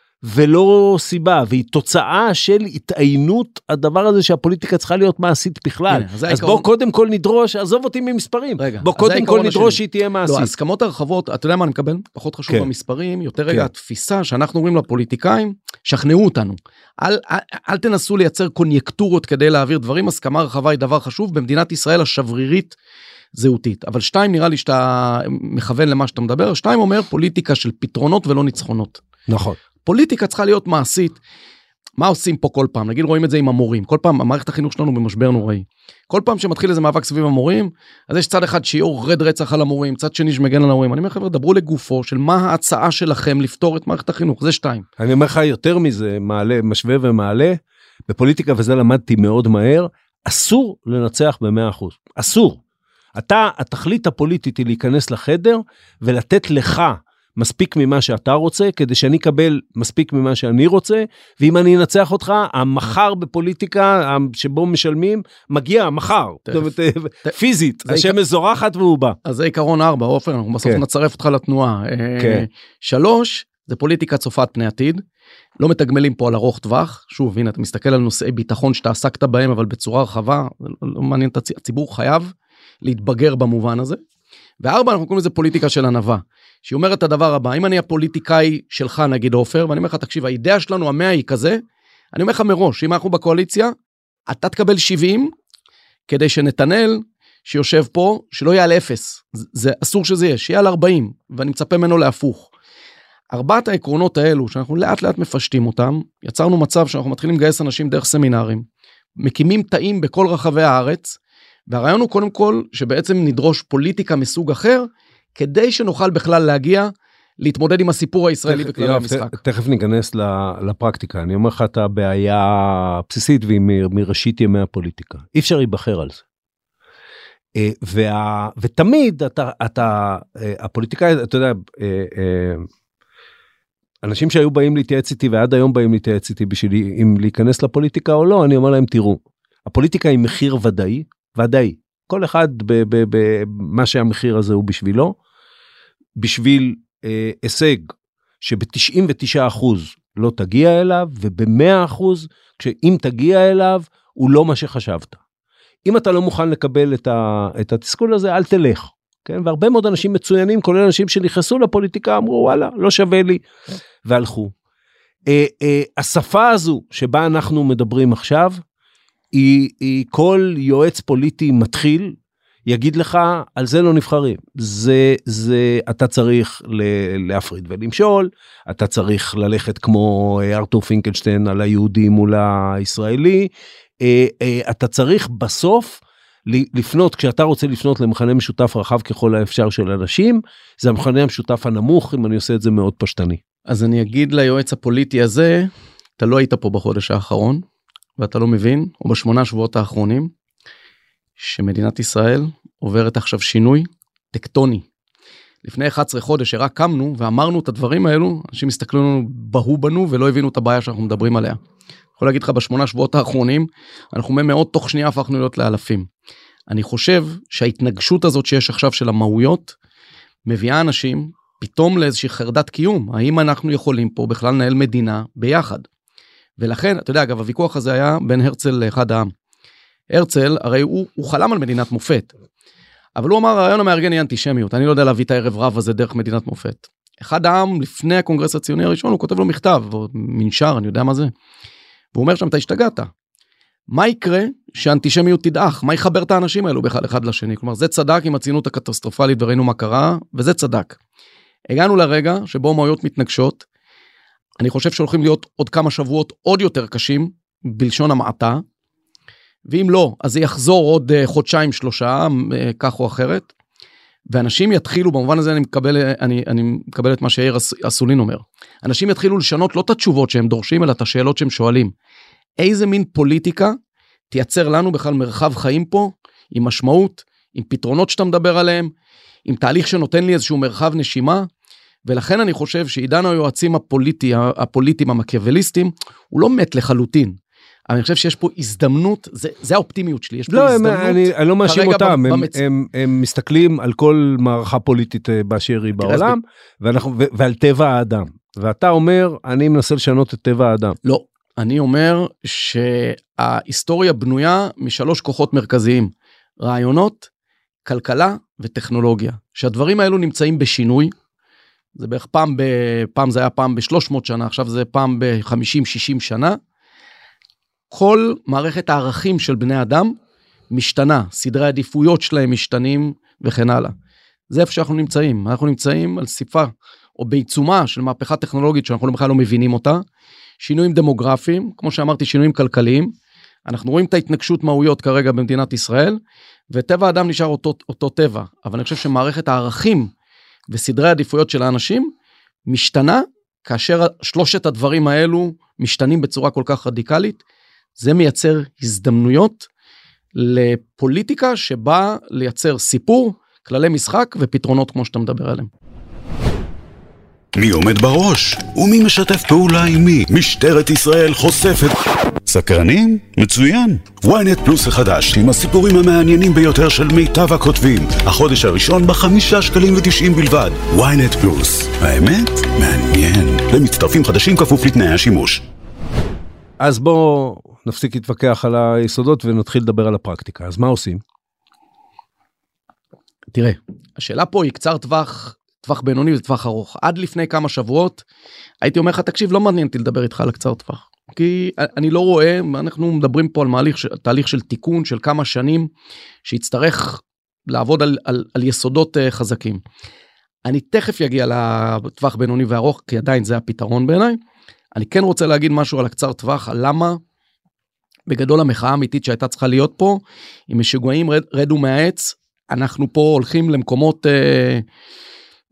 ולא סיבה, והיא תוצאה של התעיינות הדבר הזה שהפוליטיקה צריכה להיות מעשית בכלל. אז העיקרון... בוא קודם כל נדרוש, עזוב אותי ממספרים, רגע, בוא קודם כל נדרוש שהיא תהיה מעשית. לא, ההסכמות הרחבות, אתה יודע מה אני מקבל? פחות חשוב כן. במספרים, יותר רגע כן. התפיסה שאנחנו אומרים לפוליטיקאים, שכנעו אותנו. אל, אל, אל תנסו לייצר קונייקטורות כדי להעביר דברים, הסכמה רחבה היא דבר חשוב, במדינת ישראל השברירית זהותית. אבל שתיים נראה לי שאתה מכוון למה שאתה מדבר, שתיים אומר פוליטיקה של פתרונות ולא ניצחונות. נכון. פוליטיקה צריכה להיות מעשית. מה עושים פה כל פעם? נגיד רואים את זה עם המורים. כל פעם, המערכת החינוך שלנו במשבר נוראי. כל פעם שמתחיל איזה מאבק סביב המורים, אז יש צד אחד שיורד רצח על המורים, צד שני שמגן על המורים. אני אומר, חבר'ה, דברו לגופו של מה ההצעה שלכם לפתור את מערכת החינוך. זה שתיים. אני אומר לך יותר מזה, מעלה, משווה ומעלה, בפוליטיקה, וזה למדתי מאוד מהר, אסור לנצח ב-מאה אחוז. אסור. אתה, התכלית הפוליטית היא להיכנס לחדר, ולתת לך מספיק ממה שאתה רוצה, כדי שאני אקבל מספיק ממה שאני רוצה, ואם אני אנצח אותך, המחר בפוליטיקה, שבו משלמים, מגיע המחר, פיזית, השם מזורחת והוא בא. אז זה עיקרון ארבע, אופן, אנחנו בסוף נצרף אותך לתנועה. שלוש, זה פוליטיקה צופת פני עתיד, לא מתגמלים פה על ארוך טווח, שוב, הנה, אתה מסתכל על נושאי ביטחון שאתה עסקת בהם, אבל בצורה רחבה, לא מעניין את הציבור, חייב להתבגר במובן הזה. וארבע, אנחנו קוראים לזה פוליטיקה של ענווה, שהיא אומרת את הדבר הבא, אם אני הפוליטיקאי שלך, נגיד עופר, ואני אומר לך, תקשיב, האידאה שלנו, המאה היא כזה, אני אומר לך מראש, אם אנחנו בקואליציה, אתה תקבל שבעים, כדי שנתנאל, שיושב פה, שלא יהיה על אפס, זה, זה אסור שזה יהיה, שיהיה על ארבעים, ואני מצפה ממנו להפוך. ארבעת העקרונות האלו, שאנחנו לאט לאט מפשטים אותם, יצרנו מצב שאנחנו מתחילים לגייס אנשים דרך סמינרים, מקימים תאים בכל רחבי הארץ, והרעיון הוא קודם כל שבעצם נדרוש פוליטיקה מסוג אחר, כדי שנוכל בכלל להגיע להתמודד עם הסיפור הישראלי בכללי המשחק. תכף ניכנס לפרקטיקה, אני אומר לך את הבעיה הבסיסית והיא מראשית ימי הפוליטיקה, אי אפשר להיבחר על זה. וה, ותמיד אתה, אתה, הפוליטיקאי, אתה יודע, אנשים שהיו באים להתייעץ איתי ועד היום באים להתייעץ איתי בשביל אם להיכנס לפוליטיקה או לא, אני אומר להם, תראו, הפוליטיקה היא מחיר ודאי, ודאי, כל אחד במה שהמחיר הזה הוא בשבילו, בשביל אה, הישג שב-תשעים ותשעה אחוז לא תגיע אליו, וב-מאה אחוז, כשאם תגיע אליו, הוא לא מה שחשבת. אם אתה לא מוכן לקבל את, ה, את התסכול הזה, אל תלך. כן? והרבה מאוד אנשים מצוינים, כולל אנשים שנכנסו לפוליטיקה, אמרו, וואלה, לא שווה לי, והלכו. אה, אה, השפה הזו שבה אנחנו מדברים עכשיו, היא, היא כל יועץ פוליטי מתחיל, יגיד לך, על זה לא נבחרים. זה, זה, אתה צריך להפריד ולמשול, אתה צריך ללכת כמו ארתור פינקלשטיין על היהודי מול הישראלי, אתה צריך בסוף לפנות, כשאתה רוצה לפנות למחנה משותף רחב ככל האפשר של אנשים, זה המחנה המשותף הנמוך, אם אני עושה את זה מאוד פשטני. אז אני אגיד ליועץ הפוליטי הזה, אתה לא היית פה בחודש האחרון, ואתה לא מבין, או בשמונה שבועות האחרונים, שמדינת ישראל עוברת עכשיו שינוי טקטוני. לפני אחד עשר חודש שרק קמנו ואמרנו את הדברים האלו, אנשים הסתכלו לנו, בהו בנו ולא הבינו את הבעיה שאנחנו מדברים עליה. אני יכול להגיד לך בשמונה שבועות האחרונים, אנחנו ממאות תוך שנייה הפכנו להיות לאלפים. אני חושב שההתנגשות הזאת שיש עכשיו של המהויות, מביאה אנשים פתאום לאיזושהי חרדת קיום. האם אנחנו יכולים פה בכלל לנהל מדינה ביחד? ולכן, אתה יודע, אגב, הוויכוח הזה היה בין הרצל לאחד העם. הרצל, הרי הוא, הוא חלם על מדינת מופת, אבל הוא אמר, הרעיון המארגן היא אנטישמיות, אני לא יודע להביא את הערב רב הזה דרך מדינת מופת. אחד העם, לפני הקונגרס הציוני הראשון, הוא כותב לו מכתב, או מנשר, אני יודע מה זה, והוא אומר שם, אתה השתגעת. מה יקרה שהאנטישמיות תדעך? מה יחבר את האנשים האלו בכלל אחד לשני? כלומר, זה צדק עם הציונות הקטסטרופלית, וראינו מה קרה, וזה צדק. הגענו לרגע שבו מהויות מתנגשות, אני חושב שהולכים להיות עוד כמה שבועות עוד יותר קשים, בלשון המעטה, ואם לא, אז זה יחזור עוד חודשיים, שלושה, כך או אחרת, ואנשים יתחילו, במובן הזה אני מקבל, אני, אני מקבל את מה שיאיר אסולין אומר, אנשים יתחילו לשנות לא את התשובות שהם דורשים, אלא את השאלות שהם שואלים. איזה מין פוליטיקה תייצר לנו בכלל מרחב חיים פה, עם משמעות, עם פתרונות שאתה מדבר עליהם, עם תהליך שנותן לי איזשהו מרחב נשימה, ולכן אני חושב שעידן היועצים הפוליטי, הפוליטיים המקיאווליסטים, הוא לא מת לחלוטין. אבל אני חושב שיש פה הזדמנות, זה, זה האופטימיות שלי, יש פה לא, הזדמנות. אני, אני לא מאשים אותם, הם, במצ... הם, הם מסתכלים על כל מערכה פוליטית באשר היא בעולם, ואנחנו, ו, ועל טבע האדם. ואתה אומר, אני מנסה לשנות את טבע האדם. לא, אני אומר שההיסטוריה בנויה משלוש כוחות מרכזיים, רעיונות, כלכלה וטכנולוגיה. שהדברים האלו נמצאים בשינוי, זה בערך פעם, ב, פעם זה היה פעם ב-שלוש מאות שנה, עכשיו זה פעם ב-חמישים שישים שנה, כל מערכת הערכים של בני אדם משתנה, סדרי העדיפויות שלהם משתנים וכן הלאה. זה איפה שאנחנו נמצאים, אנחנו נמצאים על סיפה או בעיצומה של מהפכה טכנולוגית שאנחנו בכלל לא מבינים אותה, שינויים דמוגרפיים, כמו שאמרתי שינויים כלכליים, אנחנו רואים את ההתנגשות מהויות כרגע במדינת ישראל, וטבע האדם נשאר אותו, אותו טבע, אבל אני חושב שמערכת הערכים וסדרי העדיפויות של האנשים משתנה, כאשר שלושת הדברים האלו משתנים בצורה כל כך רדיקלית, זה מייצר הזדמנויות לפוליטיקה שבאה לייצר סיפור, כללי משחק ופתרונות כמו שאתה מדבר עליהם. מי עומד בראש? ומי משתף פעולה עם מי? משטרת ישראל חושפת. סקרנים? מצוין. ynet פלוס החדש עם הסיפורים המעניינים ביותר של מיטב הכותבים. החודש הראשון בחמישה שקלים ותשעים בלבד. ynet פלוס. האמת? מעניין. למצטרפים חדשים כפוף לתנאי השימוש. אז בוא נפסיק להתווכח על היסודות ונתחיל לדבר על הפרקטיקה. אז מה עושים? תראה, השאלה פה היא קצר טווח, טווח בינוני וטווח ארוך. עד לפני כמה שבועות, הייתי אומר לך, תקשיב, לא מעניין אותי לדבר איתך על קצר טווח. כי אני לא רואה, אנחנו מדברים פה על מהליך, תהליך של תיקון של כמה שנים, שיצטרך לעבוד על, על, על יסודות חזקים. אני תכף יגיע לטווח בינוני וארוך, כי עדיין זה הפתרון בעיניי. אני כן רוצה להגיד משהו על הקצר טווח, על למה בגדול המחאה האמיתית שהייתה צריכה להיות פה, עם משוגעים רד, רדו מהעץ, אנחנו פה הולכים למקומות אה,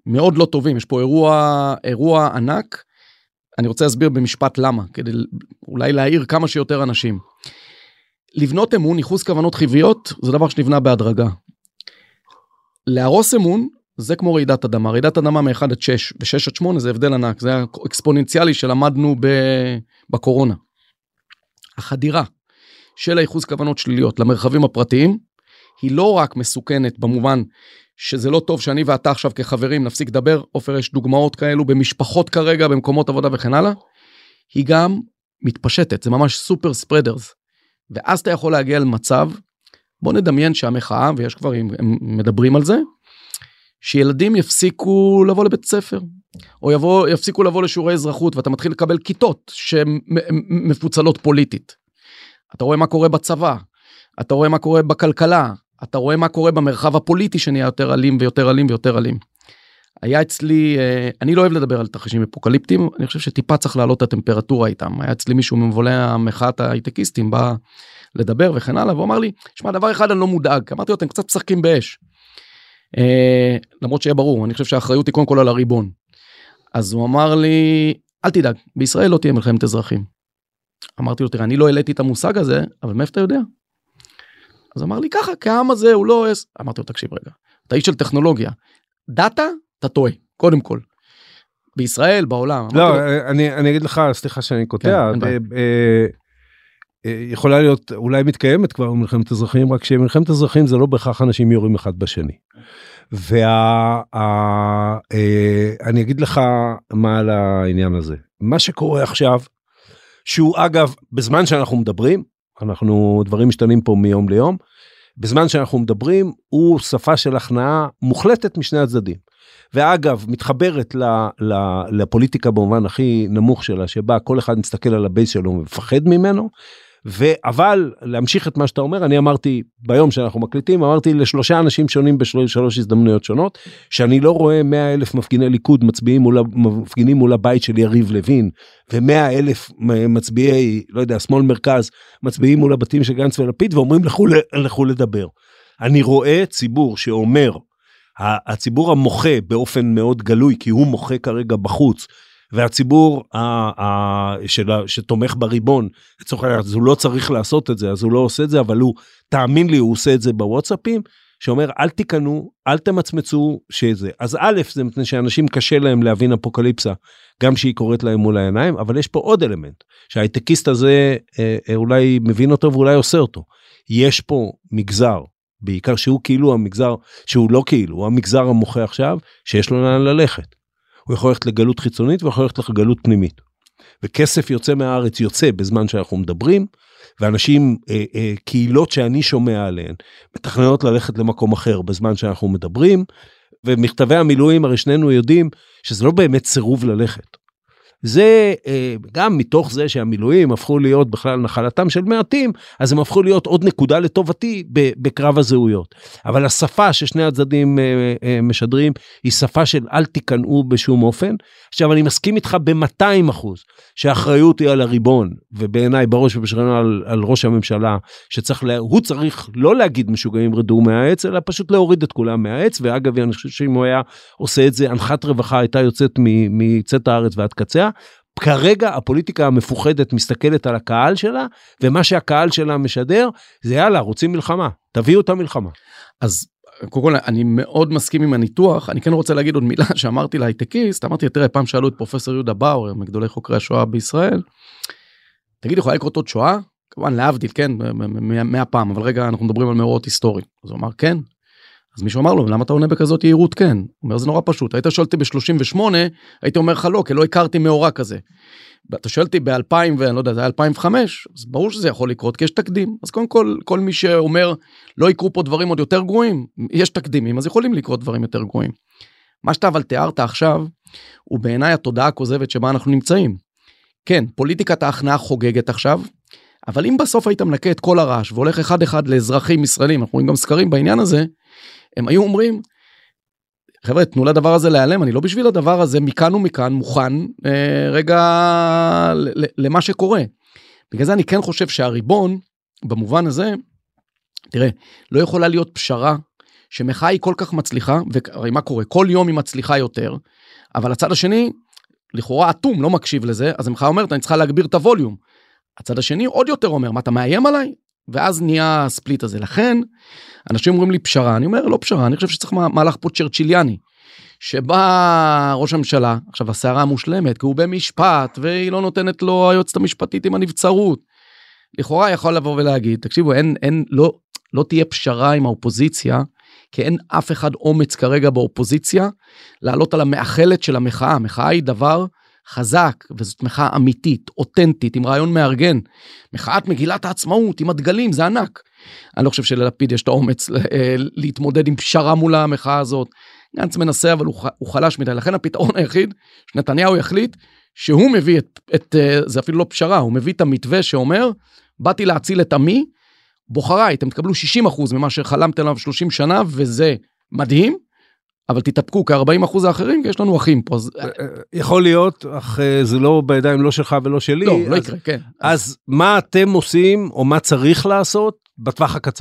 מאוד לא טובים, יש פה אירוע, אירוע ענק, אני רוצה להסביר במשפט למה, כדי אולי להעיר כמה שיותר אנשים. לבנות אמון, ייחוס כוונות חיוביות, זה דבר שנבנה בהדרגה. להרוס אמון, זה כמו רעידת אדמה, רעידת אדמה מ-אחד עד שש, ו-שש עד שמונה זה הבדל ענק, זה האקספוננציאלי שלמדנו בקורונה. החדירה של הייחוס כוונות שליליות למרחבים הפרטיים, היא לא רק מסוכנת במובן שזה לא טוב שאני ואתה עכשיו כחברים נפסיק לדבר, אופר יש דוגמאות כאלו במשפחות כרגע, במקומות עבודה וכן הלאה, היא גם מתפשטת, זה ממש סופר ספרדרס, ואז אתה יכול להגיע למצב, בוא נדמיין שהמחאה, ויש כבר, הם מדברים על זה, שילדים יפסיקו לבוא לבית ספר, או יבוא, יפסיקו לבוא לשיעורי אזרחות, ואתה מתחיל לקבל כיתות שמפוצלות פוליטית. אתה רואה מה קורה בצבא, אתה רואה מה קורה בכלכלה, אתה רואה מה קורה במרחב הפוליטי שנהיה יותר אלים ויותר אלים ויותר אלים. היה אצלי, אני לא אוהב לדבר על תרחישים אפוקליפטיים, אני חושב שטיפה צריך להעלות את הטמפרטורה איתם. היה אצלי מישהו ממבולי המחאת ההייטקיסטים, בא לדבר וכן הלאה, והוא אמר לי, שמע, דבר אחד אני לא מודאג, אמרתי לו, אתם קצת משחקים באש. למרות שיהיה ברור, אני חושב שהאחריות היא קודם כל על הריבון. אז הוא אמר לי, אל תדאג, בישראל לא תהיה מלחמת אזרחים. אמרתי לו, תראה, אני לא העליתי את המושג הזה, אבל מאיפה אתה יודע? אז אמר לי ככה, כי העם הזה הוא לא... אמרתי לו, תקשיב רגע, אתה איש של טכנולוגיה. דאטה, אתה טועה, קודם כל. בישראל, בעולם. לא, אני אגיד לך, סליחה שאני קוטע, יכולה להיות, אולי מתקיימת כבר מלחמת אזרחים, רק שמלחמת אזרחים זה לא בהכרח אנשים יורים אחד בשני. ואני אגיד לך מה על העניין הזה. מה שקורה עכשיו, שהוא אגב, בזמן שאנחנו מדברים, אנחנו, דברים משתנים פה מיום ליום, בזמן שאנחנו מדברים, הוא שפה של הכנעה מוחלטת משני הצדדים. ואגב, מתחברת ל, ל, לפוליטיקה במובן הכי נמוך שלה, שבה כל אחד מסתכל על הבייס שלו ומפחד ממנו, ו, אבל להמשיך את מה שאתה אומר, אני אמרתי, ביום שאנחנו מקליטים, אמרתי לשלושה אנשים שונים בשלוש הזדמנויות שונות, שאני לא רואה מאה אלף מפגיני ליכוד מצביעים מול, מפגינים מול הבית של יריב לוין, ומאה אלף מצביעי, לא יודע, שמאל מרכז, מצביעים מול הבתים של גנץ ולפיד, ואומרים לכו, לכו לדבר. אני רואה ציבור שאומר, הציבור המוחה באופן מאוד גלוי, כי הוא מוחה כרגע בחוץ, והציבור שתומך בריבון, אז הוא לא צריך לעשות את זה, אז הוא לא עושה את זה, אבל הוא, תאמין לי, הוא עושה את זה בוואטסאפים, שאומר, אל תיכנו, אל תמצמצו שזה. אז א', זה מפני שאנשים קשה להם להבין אפוקליפסה, גם שהיא קוראת להם מול העיניים, אבל יש פה עוד אלמנט, שההייטקיסט הזה אולי מבין אותו ואולי עושה אותו. יש פה מגזר, בעיקר שהוא כאילו המגזר, שהוא לא כאילו, הוא המגזר המוחה עכשיו, שיש לו לאן ללכת. הוא יכול ללכת לגלות חיצונית, והוא יכול ללכת לגלות פנימית. וכסף יוצא מהארץ, יוצא בזמן שאנחנו מדברים, ואנשים, אה, אה, קהילות שאני שומע עליהן, מתכננות ללכת למקום אחר בזמן שאנחנו מדברים, ומכתבי המילואים, הרי שנינו יודעים, שזה לא באמת סירוב ללכת. זה גם מתוך זה שהמילואים הפכו להיות בכלל נחלתם של מעטים, אז הם הפכו להיות עוד נקודה לטובתי בקרב הזהויות. אבל השפה ששני הצדדים משדרים, היא שפה של אל תיכנעו בשום אופן. עכשיו אני מסכים איתך ב-מאתיים אחוז, שהאחריות היא על הריבון, ובעיניי בראש ובשרנו על, על ראש הממשלה, שצריך, לה, הוא צריך לא להגיד משוגעים רדו מהעץ, אלא פשוט להוריד את כולם מהעץ, ואגב אני חושב שאם הוא היה עושה את זה, הנחת רווחה הייתה יוצאת מצאת הארץ ועד קצה, כרגע הפוליטיקה המפוחדת מסתכלת על הקהל שלה, ומה שהקהל שלה משדר, זה יאללה, רוצים מלחמה, תביאו את המלחמה. אז קודם כל, אני מאוד מסכים עם הניתוח, אני כן רוצה להגיד עוד מילה שאמרתי להייטקיסט, אמרתי, תראה, פעם שאלו את פרופסור יהודה באואר, מגדולי חוקרי השואה בישראל, תגיד, יכולה לקרות עוד שואה? כמובן, להבדיל, כן, מהפעם, אבל רגע, אנחנו מדברים על מאורעות היסטוריים. אז הוא אמר, כן. אז מישהו אמר לו, למה אתה עונה בכזאת יעירות? כן. הוא אומר, זה נורא פשוט. היית שואלתי ב-שלושים ושמונה, הייתי אומר לך לא, כי לא הכרתי מאורע כזה. אתה שואלתי ב-אלפיים, ואני לא יודע, זה היה אלפיים וחמש, אז ברור שזה יכול לקרות, כי יש תקדים. אז קודם כל, כל מי שאומר, לא יקרו פה דברים עוד יותר גרועים, יש תקדימים, אז יכולים לקרות דברים יותר גרועים. מה שאתה אבל תיארת עכשיו, הוא בעיניי התודעה הכוזבת שבה אנחנו נמצאים. כן, פוליטיקת ההכנעה חוגגת עכשיו, אבל אם בסוף היית מנקה את כל הרעש, והולך אחד אחד לאזרחים ישראלים, אנחנו רואים גם סקרים בעניין הזה, הם היו אומרים, חבר'ה, תנו לדבר הזה להיעלם, אני לא בשביל הדבר הזה, מכאן ומכאן, מוכן, אה, רגע, למה שקורה. בגלל זה אני כן חושב שהריבון, במובן הזה, תראה, לא יכולה להיות פשרה, שמחאה היא כל כך מצליחה, והרי מה קורה? כל יום היא מצליחה יותר, אבל הצד השני, לכאורה אטום לא מקשיב לזה, אז המחאה אומרת, אני צריכה להגביר את הווליום. הצד השני עוד יותר אומר, מה אתה מאיים עליי? ואז נהיה הספליט הזה. לכן, אנשים אומרים לי פשרה, אני אומר, לא פשרה, אני חושב שצריך מהלך פה צ'רצ'יליאני, שבא ראש הממשלה, עכשיו השערה מושלמת, כי הוא במשפט, והיא לא נותנת לו היועצת המשפטית עם הנבצרות. לכאורה יכול לבוא ולהגיד, תקשיבו, אין, אין, לא, לא תהיה פשרה עם האופוזיציה, כי אין אף אחד אומץ כרגע באופוזיציה, לעלות על המאחלת של המחאה. המחאה היא דבר חזק, וזאת מחאה אמיתית, אותנטית, עם רעיון מארגן. מחאת מגילת העצמאות, עם הדגלים, זה ענק. אני לא חושב שללפיד יש את האומץ להתמודד עם פשרה מול המחאה הזאת. גנץ מנסה, אבל הוא, הוא חלש מדי. לכן הפתרון היחיד, שנתניהו יחליט, שהוא מביא את, את, זה אפילו לא פשרה, הוא מביא את המתווה שאומר, באתי להציל את עמי, בוחריי, אתם תקבלו שישים אחוז ממה שחלמתם עליו שלושים שנה, וזה מדהים, אבל תתאפקו כ-ארבעים אחוז האחרים, כי יש לנו אחים פה. יכול להיות, אך זה לא בידיים לא שלך ולא שלי. לא, לא יקרה, כן. אז מה אתם עושים, או מה צריך לעשות, בטווח הקצר?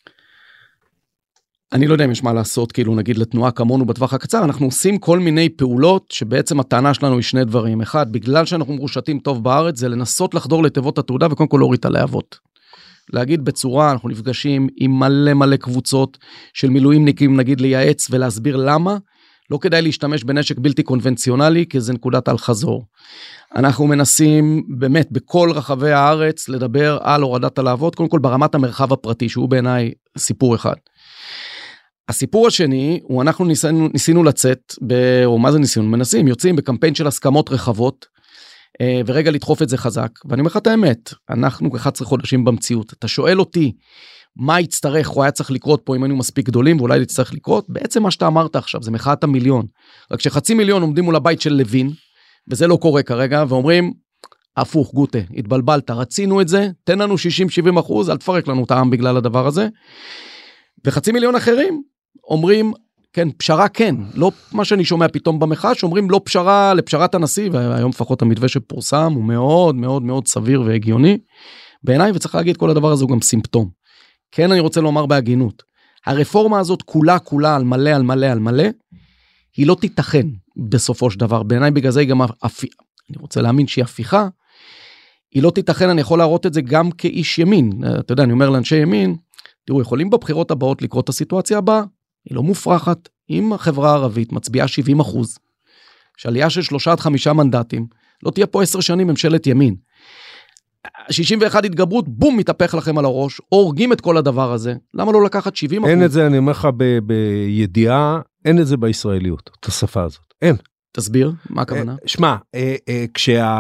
אני לא יודע אם יש מה לעשות, כאילו נגיד לתנועה כמונו בטווח הקצר, אנחנו עושים כל מיני פעולות, שבעצם הטענה שלנו היא שני דברים. אחד, בגלל שאנחנו מרושתים טוב בארץ, זה לנסות לחדור לתיבות התעודה, וקודם כל להוריד את הלהבות. להגיד בצורה, אנחנו נפגשים עם מלא מלא קבוצות של מילואימניקים, נגיד לייעץ ולהסביר למה, לא כדאי להשתמש בנשק בלתי קונבנציונלי, כי זה נקודת על חזור. אנחנו מנסים באמת בכל רחבי הארץ, לדבר על הורדת הלהבות, קודם כל ברמת המרחב הפרטי, שהוא בעיניי סיפור אחד. הסיפור השני, הוא אנחנו ניסינו, ניסינו לצאת, ב, או מה זה ניסינו? מנסים, יוצאים בקמפיין של הסכמות רחבות, ורגע לדחוף את זה חזק, ואני אומר לך את האמת, אנחנו כ-אחד עשר חודשים במציאות, אתה שואל אותי, מה יצטרך, או היה צריך לקרות פה, אם היינו מספיק גדולים, ואולי יצטרך לקרות, בעצם מה שאתה אמרת עכשיו, זה מחאת המיליון, רק שחצי מיליון עומדים מול הבית של לוין, וזה לא קורה כרגע, ואומרים, הפוך, גוטה, התבלבלת, רצינו את זה, תן לנו שישים שבעים אחוז, אל תפרק לנו את העם בגלל הדבר הזה, וחצי מיליון אחרים, אומרים, כן, פשרה כן, לא מה שאני שומע פתאום במחאה, שאומרים לא פשרה לפשרת הנשיא, והיום לפחות המתווה שפורסם, הוא מאוד מאוד מאוד סביר והגיוני, בעיניי, וצריך להגיד, כל הדבר הזה הוא גם סימפטום. כן, אני רוצה לומר בהגינות, הרפורמה הזאת כולה, כולה על מלא, על מלא, על מלא, היא לא תיתכן בסופו של דבר, בעיניי בגלל זה היא גם, אני רוצה להאמין שהיא הפיכה, היא לא תיתכן, אני יכול להראות את זה גם כאיש ימין, אתה יודע, אני אומר לאנשי ימין, תראו, יכולים בבחירות הבאות לקרוא את הסיטואציה הבאה, היא לא מופרכת, אם החברה הערבית מצביעה שבעים אחוז, שעלייה של שלושה עד חמישה מנדטים, לא תהיה פה עשר שנים ממשלת ימין. שישים ואחת התגברות, בום, מתהפך לכם על הראש, הורגים את כל הדבר הזה, למה לא לקחת שבעים אחוז? אין את זה, אני אומר לך ב- בידיעה, אין את זה בישראליות, את השפה הזאת, אין. תסביר, מה הכוונה? שמע, כשה...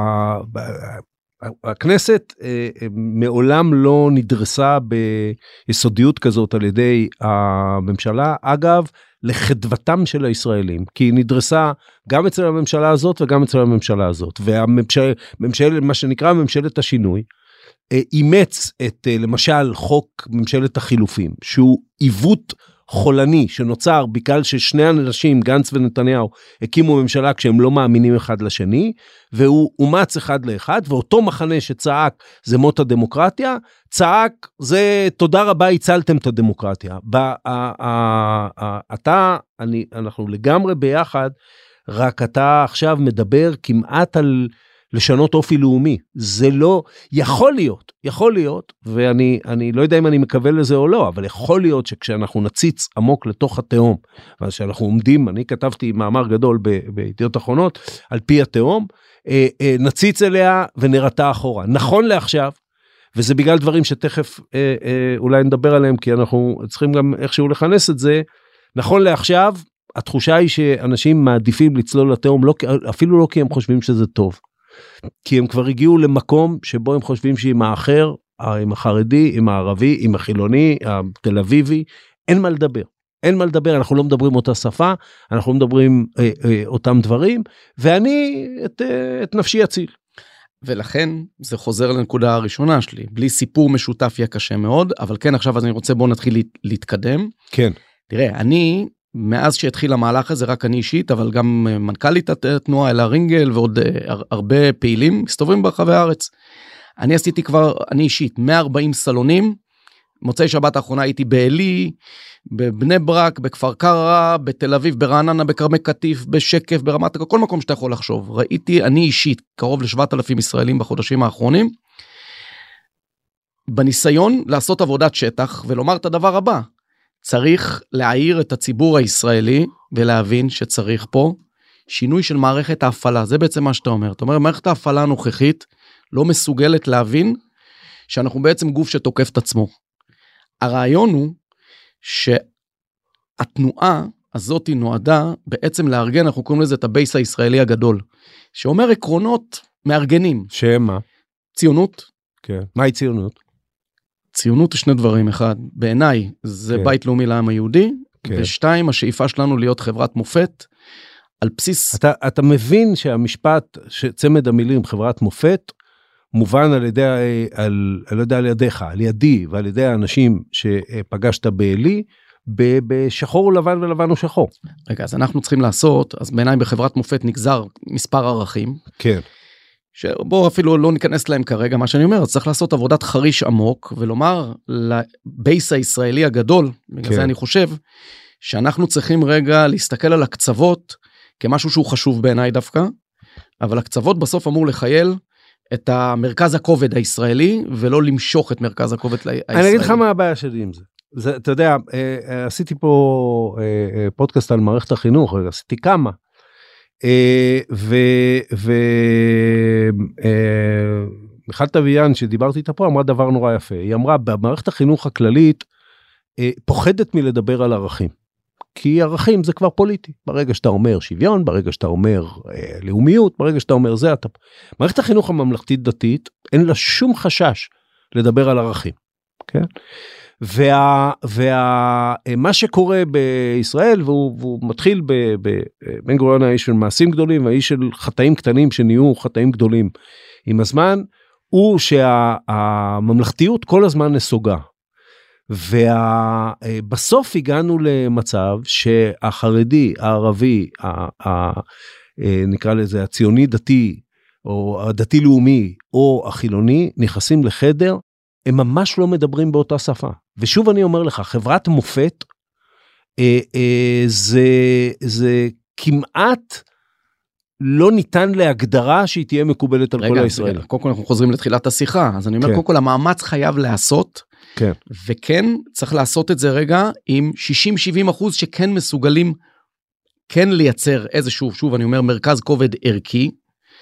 הכנסת מעולם לא נדרסה ביסודיות כזאת על ידי הממשלה, אגב, לחדוותם של הישראלים, כי היא נדרסה גם אצל הממשלה הזאת וגם אצל הממשלה הזאת, והממשלה, מה שנקרא ממשלת השינוי, אימץ את, למשל, חוק ממשלת החילופים, שהוא עיוות חולני שנוצר בגלל ששני אנשים, גנץ ונתניהו, הקימו ממשלה כשהם לא מאמינים אחד לשני, והוא אומץ אחד לאחד, ואותו מחנה שצעק זה מות הדמוקרטיה, צעק זה תודה רבה הצלתם את הדמוקרטיה. אתה, אני, אנחנו לגמרי ביחד, רק אתה עכשיו מדבר כמעט על לשנות אופי לאומי. זה לא, יכול להיות, יכול להיות, ואני אני לא יודע אם אני מקבל לזה או לא, אבל יכול להיות שכשאנחנו נציץ עמוק לתוך התהום, ואז שאנחנו עומדים, אני כתבתי מאמר גדול בידיעות אחרונות, על פי התהום, נציץ אליה ונראתה אחורה. נכון לעכשיו, וזה בגלל דברים שתכף אולי נדבר עליהם, כי אנחנו צריכים גם איכשהו לכנס את זה, נכון לעכשיו, התחושה היא שאנשים מעדיפים לצלול לתהום, לא, אפילו לא כי הם חושבים שזה טוב. כי הם כבר הגיעו למקום שבו הם חושבים שעם האחר, עם החרדי, עם הערבי, עם החילוני, התל אביבי, אין מה לדבר. אין מה לדבר, אנחנו לא מדברים אותה שפה, אנחנו לא מדברים אה, אה, אותם דברים, ואני את, אה, את נפשי אציל. ולכן זה חוזר לנקודה הראשונה שלי, בלי סיפור משותף יהיה קשה מאוד, אבל כן עכשיו אז אני רוצה בואו נתחיל לה, להתקדם. כן. תראה, אני... מאז שהתחיל המהלך הזה, רק אני אישית, אבל גם מנכ"לית התנועה, אלה רינגל, ועוד הרבה פעילים, מסתובבים ברחבי הארץ. אני עשיתי כבר, אני אישית, מאה וארבעים סלונים, מוצאי שבת האחרונה הייתי בעלי, בבני ברק, בכפר קרע, בתל אביב, ברעננה, בקרמי קטיף, בשקף, ברמת, כל מקום שאתה יכול לחשוב. ראיתי, אני אישית, קרוב ל-שבעת אלפים ישראלים בחודשים האחרונים, בניסיון לעשות עבודת שטח, ולומר את הדבר הבא, צריך להעיר את הציבור הישראלי, ולהבין שצריך פה שינוי של מערכת ההפעלה. זה בעצם מה שאתה אומר. אתה אומר, מערכת ההפעלה הנוכחית לא מסוגלת להבין שאנחנו בעצם גוף שתוקף את עצמו. הרעיון הוא שהתנועה הזאת היא נועדה בעצם לארגן, אנחנו קוראים לזה את הבייס הישראלי הגדול, שאומר עקרונות מארגנים. שהם מה? ציונות. כן. מהי ציונות? ציונות היא שני דברים. אחד, בעיניי זה כן. בית לאומי לעם היהודי, כן. ושתיים, השאיפה שלנו להיות חברת מופת, על בסיס... אתה, אתה מבין שהמשפט, שצמד המילים חברת מופת, מובן על ידי, על, על ידי, על ידיך, על ידי, ועל ידי האנשים שפגשת בעלי, בשחור ולבן ולבן ושחור. רגע, אז אנחנו צריכים לעשות, אז בעיניי בחברת מופת נגזר מספר ערכים. כן. שבו אפילו לא ניכנס להם כרגע, מה שאני אומר, אז צריך לעשות עבודת חריש עמוק, ולומר לבייס הישראלי הגדול, בגלל כן. זה אני חושב, שאנחנו צריכים רגע להסתכל על הקצוות, כמשהו שהוא חשוב בעיניי דווקא, אבל הקצוות בסוף אמור לחייל, את המרכז הכובד הישראלי, ולא למשוך את מרכז הכובד הישראלי. אני אגיד לך מה הבעיה שלי עם זה. זה, אתה יודע, עשיתי פה פודקאסט על מערכת החינוך, עשיתי כמה, ומיכל תביאן, שדיברתי איתה פה, אמרה דבר נורא יפה. היא אמרה, במערכת החינוך הכללית, פוחדת מלדבר על ערכים. כי ערכים זה כבר פוליטי. ברגע שאתה אומר שוויון, ברגע שאתה אומר אה, לאומיות, ברגע שאתה אומר זה, אתה... מערכת החינוך הממלכתית דתית, אין לה שום חשש לדבר על ערכים. כן? וה, וה, מה שקורה בישראל, והוא, והוא מתחיל ב, ב, בן גוריון האיש של מעשים גדולים, והאיש של חטאים קטנים שנהיו חטאים גדולים עם הזמן, הוא שהממלכתיות כל הזמן נסוגה. ובסוף הגענו למצב שהחרדי, הערבי, נקרא לזה הציוני דתי, או הדתי לאומי, או החילוני, נכנסים לחדר, הם ממש לא מדברים באותה שפה. ושוב אני אומר לך, חברת מופת, זה, זה כמעט לא ניתן להגדרה שהיא תהיה מקובלת על כל הישראלים. קודם כל אנחנו חוזרים לתחילת השיחה, אז אני אומר, קודם כל המאמץ חייב לעשות, כן. וכן צריך לעשות את זה רגע עם שישים שבעים אחוז שכן מסוגלים כן לייצר איזשהו, שוב אני אומר, מרכז כובד ערכי,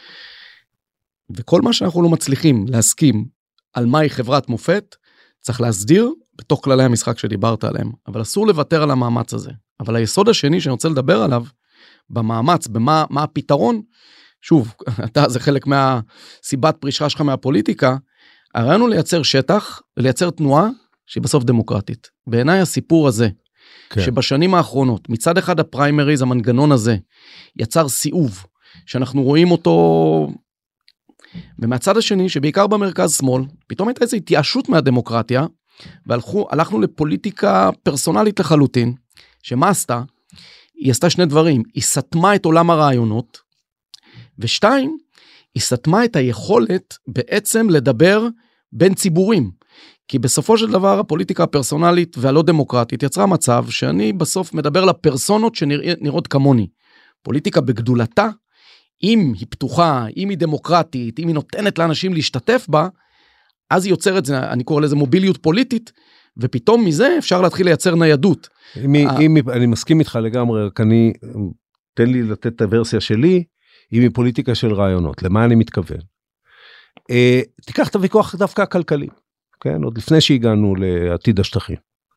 וכל מה שאנחנו לא מצליחים להסכים על מהי חברת מופת, צריך להסדיר בתוך כללי המשחק שדיברת עליהם, אבל אסור לוותר על המאמץ הזה. אבל היסוד השני שאני רוצה לדבר עליו, במאמץ, במה מה הפתרון, שוב, אתה זה חלק מהסיבת פרישה שלך מהפוליטיקה, הרעיון הוא לייצר שטח, לייצר תנועה שהיא בסוף דמוקרטית. בעיניי הסיפור הזה, כן. שבשנים האחרונות, מצד אחד הפריימריז, המנגנון הזה, יצר סיאוב, שאנחנו רואים אותו, ומהצד השני, שבעיקר במרכז שמאל, פתאום הייתה איזו התייאשות מהדמוקרטיה, והלכנו לפוליטיקה פרסונלית לחלוטין, שמה עשתה? היא עשתה שני דברים, היא סתמה את עולם הרעיונות, ושתיים, היא סתמה את היכולת בעצם לדבר בין ציבורים, כי בסופו של דבר הפוליטיקה הפרסונלית והלא דמוקרטית יצרה מצב שאני בסוף מדבר לפרסונות שנראות כמוני. פוליטיקה בגדולתה, אם היא פתוחה, אם היא דמוקרטית, אם היא נותנת לאנשים להשתתף בה, אז היא יוצרת, אני קורא לזה מוביליות פוליטית, ופתאום מזה אפשר להתחיל לייצר ניידות. אם, ה... אם אני מסכים איתך לגמרי, רק אני, תן לי לתת את הוורסיה שלי, היא מפוליטיקה של רעיונות, למה אני מתכוון? אה, תיקח את הוויכוח דווקא הכלכלי, כן? עוד לפני שהגענו לעתיד השטחים.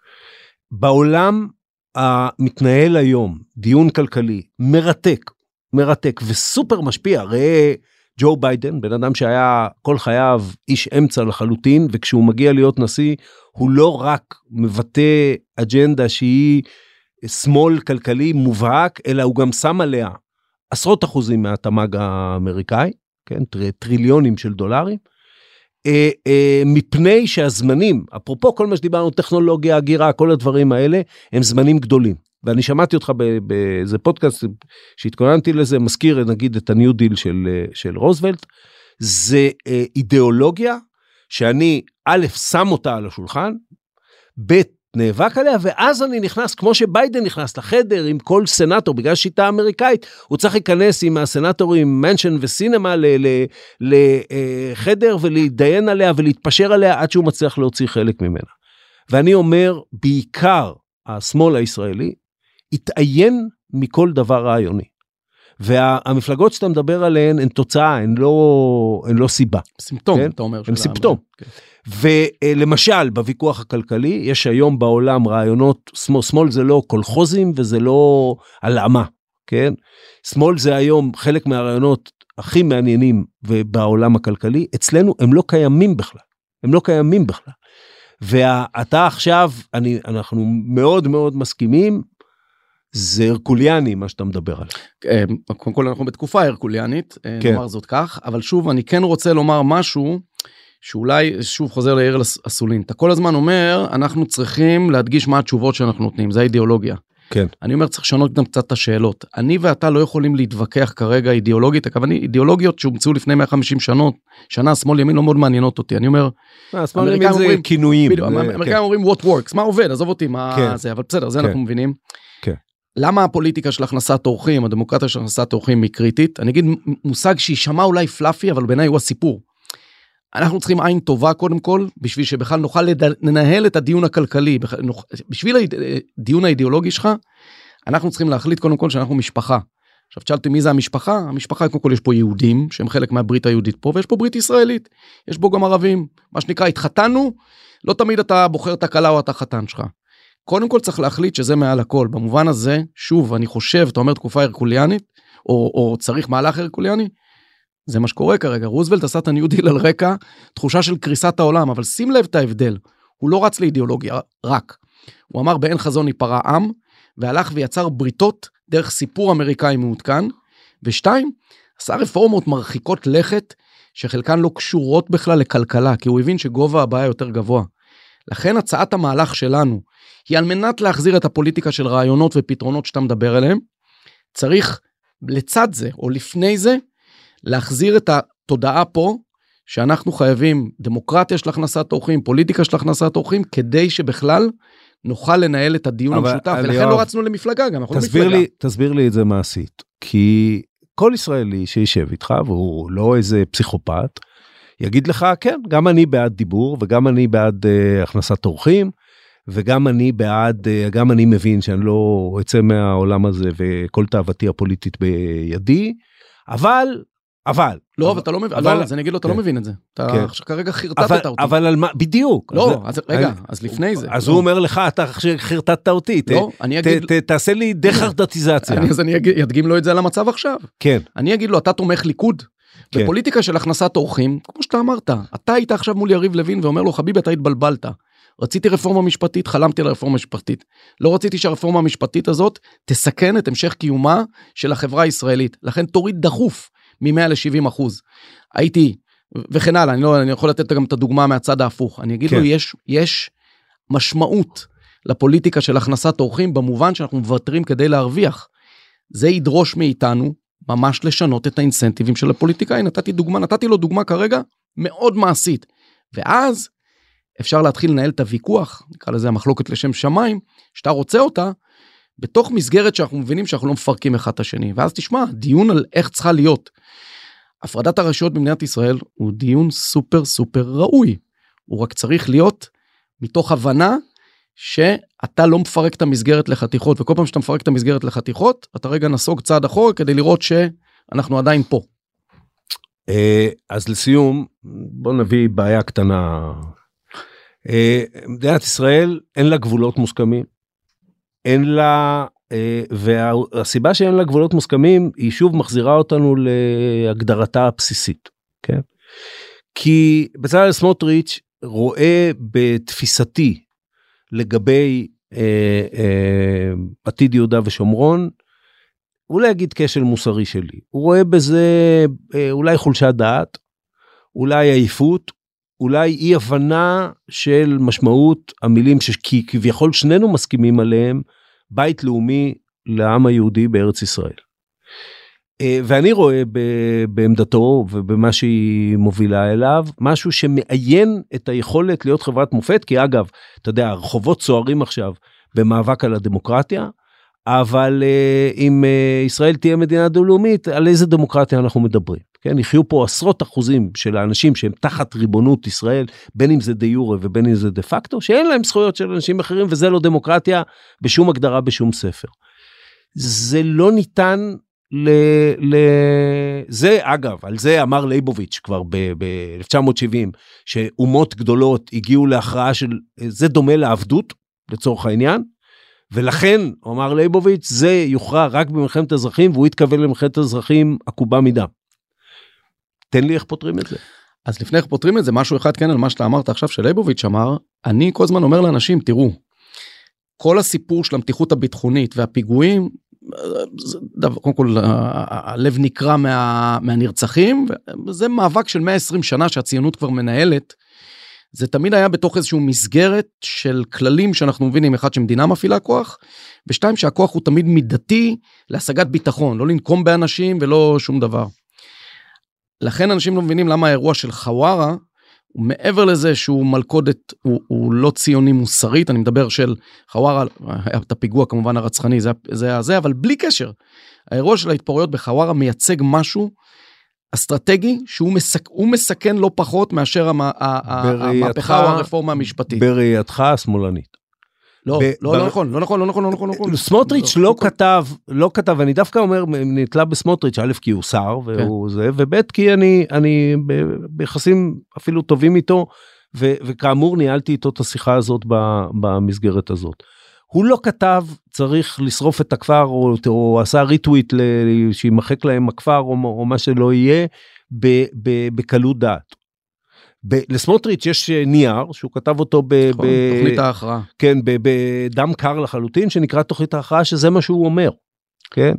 בעולם המתנהל היום, דיון כלכלי, מרתק, מרתק וסופר משפיע, ראה ג'ו ביידן, בן אדם שהיה כל חייו איש אמצע לחלוטין, וכשהוא מגיע להיות נשיא, הוא לא רק מבטא אג'נדה שהיא שמאל כלכלי מובהק, אלא הוא גם שם עליה עשרות אחוזים מהתמ"ג האמריקאי, כן, טר, טריליונים של דולרים, אה, אה, מפני שהזמנים, אפרופו כל מה שדיברנו, טכנולוגיה, הגירה, כל הדברים האלה, הם זמנים גדולים. ואני שמעתי אותך באיזה פודקאסט שהתכוננתי לזה, מזכיר נגיד את הניו דיל של, של רוזוולט, זה אה, אידיאולוגיה שאני א' שם אותה על השולחן, ב' נאבק עליה, ואז אני נכנס, כמו שביידן נכנס לחדר עם כל סנטור, בגלל שיטה אמריקאית, הוא צריך להיכנס עם הסנטורים מנשן וסינמה לחדר ולהתדיין עליה ולהתפשר עליה עד שהוא מצליח להוציא חלק ממנה. ואני אומר, בעיקר השמאל הישראלי, התעיין מכל דבר רעיוני. והמפלגות שאתה מדבר עליהן הן תוצאה, הן לא, הן לא סיבה. סימפטום, כן? אתה אומר. הן סימפטום. כן. ולמשל, בוויכוח הכלכלי, יש היום בעולם רעיונות, שמאל, שמאל זה לא קולחוזים, וזה לא הלאמה, כן? שמאל זה היום חלק מהרעיונות הכי מעניינים בעולם הכלכלי, אצלנו הם לא קיימים בכלל, הם לא קיימים בכלל. ואתה עכשיו, אני, אנחנו מאוד מאוד מסכימים, זה הרקוליאני, מה שאתה מדבר עליו. קודם כל, אנחנו בתקופה הרקוליאנית, נאמר זאת כך, אבל שוב, אני כן רוצה לומר משהו, שאולי שוב חוזר לעיר הסולין. אתה כל הזמן אומר, אנחנו צריכים להדגיש מה התשובות שאנחנו נותנים, זה האידיאולוגיה. כן. אני אומר, צריך לשנות גם קצת את השאלות. אני ואתה לא יכולים להתווכח כרגע אידיאולוגית, הכוונה, אידיאולוגיות שהומצאו לפני מאה וחמישים שנות, שנה, שמאל ימין לא מאוד מעניינות אותי. אני אומר, שמאל ימין זה כינויים. אמריקאים אומרים what works, מה עובד, עזוב אותי, מה זה, אבל בסדר, זה אנחנו מבינים. כן. למה הפוליטיקה של הכנסת אורחים, הדמוקרטיה של הכנסת אורחים היא קריטית? אני אגיד מושג שישמע אולי פלאפי, אבל בעיניי הוא הסיפור. אנחנו צריכים עין טובה קודם כל, בשביל שבכלל נוכל לנהל את הדיון הכלכלי, בשביל הדיון האידיאולוגי שלך, אנחנו צריכים להחליט קודם כל שאנחנו משפחה. עכשיו תשאלתי מי זה המשפחה? המשפחה קודם כל יש פה יהודים, שהם חלק מהברית היהודית פה, ויש פה ברית ישראלית, יש בו גם ערבים, מה שנקרא התחתנו, לא תמיד אתה בוחר את הכלה או את החתן שלך. קודם כל צריך להחליט שזה מעל הכל, במובן הזה, שוב, אני חושב, אתה אומר תקופה הרקוליאנית, או, או צריך מהלך הרקוליאני, זה מה שקורה כרגע, רוזוולט עשה את הניו דיל על רקע, תחושה של קריסת העולם, אבל שים לב את ההבדל, הוא לא רץ לאידיאולוגיה, רק, הוא אמר באין חזון ייפרע עם, והלך ויצר בריתות, דרך סיפור אמריקאי מעודכן, ושתיים, עשה רפורמות מרחיקות לכת, שחלקן לא קשורות בכלל לכלכלה, כי הוא הבין שגובה הבעיה יותר גבוה, לכן הצעת המהלך שלנו, היא על מנת להחזיר את הפוליטיקה של רעיונות ופתרונות שאתה מדבר עליהם, צריך לצד זה, או לפני זה, להחזיר את התודעה פה, שאנחנו חייבים דמוקרטיה של הכנסת אורחים, פוליטיקה של הכנסת אורחים, כדי שבכלל נוכל לנהל את הדיון המשותף, ולכן לא רצנו למפלגה גם, אנחנו לא מפלגה. תסביר לי את זה מעשית, כי כל ישראלי שישב איתך, והוא לא איזה פסיכופת, יגיד לך, כן, גם אני בעד דיבור, וגם אני בעד uh, הכנסת אורחים, וגם אני בעד, uh, גם אני מבין שאני לא אצא מהעולם הזה, וכל תאוותי הפוליטית בידי, אבל, אבל. לא, אבל אתה לא מבין, לא, אז אני אגיד לו, אתה לא מבין את זה. אתה כרגע חרטטת אותי. אבל על מה, בדיוק. לא, אז רגע, אז לפני זה. אז הוא אומר לך, אתה חרטטת אותי. לא, אני אגיד. תעשה לי דחרטטיזציה. אז אני אדגים לו את זה על המצב עכשיו. כן. אני אגיד לו, אתה תומך ליכוד. בפוליטיקה של הכנסת אורחים, כמו שאתה אמרת, אתה היית עכשיו מול יריב לוין ואומר לו, חביבי, אתה התבלבלת. רציתי רפורמה משפטית, חלמתי על הרפורמה משפטית. לא רציתי שהרפורמה המשפטית הזאת תסכן את המשך קיומה של החברה הישראלית. לכן תוריד דחוף מ-מאה ל-שבעים אחוז. הייתי, וכן הלאה, אני, לא, אני יכול לתת גם את הדוגמה מהצד ההפוך. אני אגיד כן. לו, יש, יש משמעות לפוליטיקה של הכנסת אורחים, במובן שאנחנו מוותרים כדי להרוויח. זה ידרוש מאיתנו, ממש לשנות את האינסנטיבים של הפוליטיקאי. נתתי דוגמה, נתתי לו דוגמה כרגע, מאוד מעשית. ואז אפשר להתחיל לנהל את הוויכוח, נקרא לזה המחלוקת לשם שמיים, שאתה רוצה אותה, בתוך מסגרת שאנחנו מבינים שאנחנו לא מפרקים אחד את השני. ואז תשמע, דיון על איך צריכה להיות. הפרדת הרשויות במדינת ישראל הוא דיון סופר סופר ראוי. הוא רק צריך להיות מתוך הבנה שאתה לא מפרק את המסגרת לחתיכות, וכל פעם שאתה מפרק את המסגרת לחתיכות, אתה רגע נסוג צעד אחורה כדי לראות שאנחנו עדיין פה. אז לסיום, בוא נביא בעיה קטנה. מדינת ישראל אין לה גבולות מוסכמים, אין לה, והסיבה שאין לה גבולות מוסכמים, היא שוב מחזירה אותנו להגדרתה הבסיסית, כן? כי בצלאל סמוטריץ' רואה בתפיסתי, לגבי אה, אה, עתיד יהודה ושומרון, הוא לא יגיד כשל מוסרי שלי, הוא רואה בזה אה, אולי חולשת דעת, אולי עייפות, אולי אי הבנה של משמעות המילים שכביכול שנינו מסכימים עליהם, בית לאומי לעם היהודי בארץ ישראל. ואני רואה בעמדתו ובמה שהיא מובילה אליו, משהו שמעיין את היכולת להיות חברת מופת, כי אגב, אתה יודע, הרחובות צוערים עכשיו במאבק על הדמוקרטיה, אבל אם ישראל תהיה מדינה דו-לאומית, על איזה דמוקרטיה אנחנו מדברים? כן, יחיו פה עשרות אחוזים של האנשים שהם תחת ריבונות ישראל, בין אם זה דה יורה ובין אם זה דה פקטו, שאין להם זכויות של אנשים אחרים, וזה לא דמוקרטיה בשום הגדרה, בשום ספר. זה לא ניתן ל... ל... זה אגב, על זה אמר ליבוביץ' כבר ב-אלף תשע מאות שבעים, שאומות גדולות הגיעו להכרעה של, זה דומה לעבדות, לצורך העניין, ולכן, אמר ליבוביץ', זה יוכרע רק במלחמת האזרחים, והוא התכוון למלחמת האזרחים עקובה מדם. תן לי איך פותרים את זה. אז לפני איך פותרים את זה, משהו אחד כן על מה שאתה אמרת עכשיו של ליבוביץ' אמר, אני כל הזמן אומר לאנשים, תראו, כל הסיפור של המתיחות הביטחונית והפיגועים, קודם כל הלב נקרא מה, מהנרצחים, זה מאבק של מאה ועשרים שנה שהציונות כבר מנהלת, זה תמיד היה בתוך איזשהו מסגרת של כללים שאנחנו מבינים, אחד שמדינה מפעילה כוח, ושתיים שהכוח הוא תמיד מידתי להשגת ביטחון, לא לנקום באנשים ולא שום דבר. לכן אנשים לא מבינים למה האירוע של חווארה, הוא מעבר לזה שהוא מלכודת, הוא, הוא לא ציוני מוסרית, אני מדבר של חווארה, היה את הפיגוע כמובן הרצחני, זה, זה היה זה, אבל בלי קשר, האירוע של ההתפרעויות בחווארה מייצג משהו אסטרטגי, שהוא מסק, מסכן לא פחות מאשר המ, המהפכה או הרפורמה המשפטית. בראייתך השמאלנית. לא, לא, לא נכון, לא נכון, לא נכון, לא נכון, לא נכון. סמוטריץ' לא כתב, לא כתב, אני דווקא אומר, נתלה בסמוטריץ', א' כי הוא שר, והוא זה, וב' כי אני, אני ביחסים אפילו טובים איתו, וכאמור ניהלתי איתו את השיחה הזאת במסגרת הזאת. הוא לא כתב, צריך לשרוף את הכפר, או עשה ריטוויט שימחק להם הכפר, או מה שלא יהיה, בקלות דעת. לסמוטריץ' יש נייר שהוא כתב אותו בתוכנית ההכרעה, כן, בדם קר לחלוטין שנקרא תוכנית ההכרעה, שזה מה שהוא אומר, כן,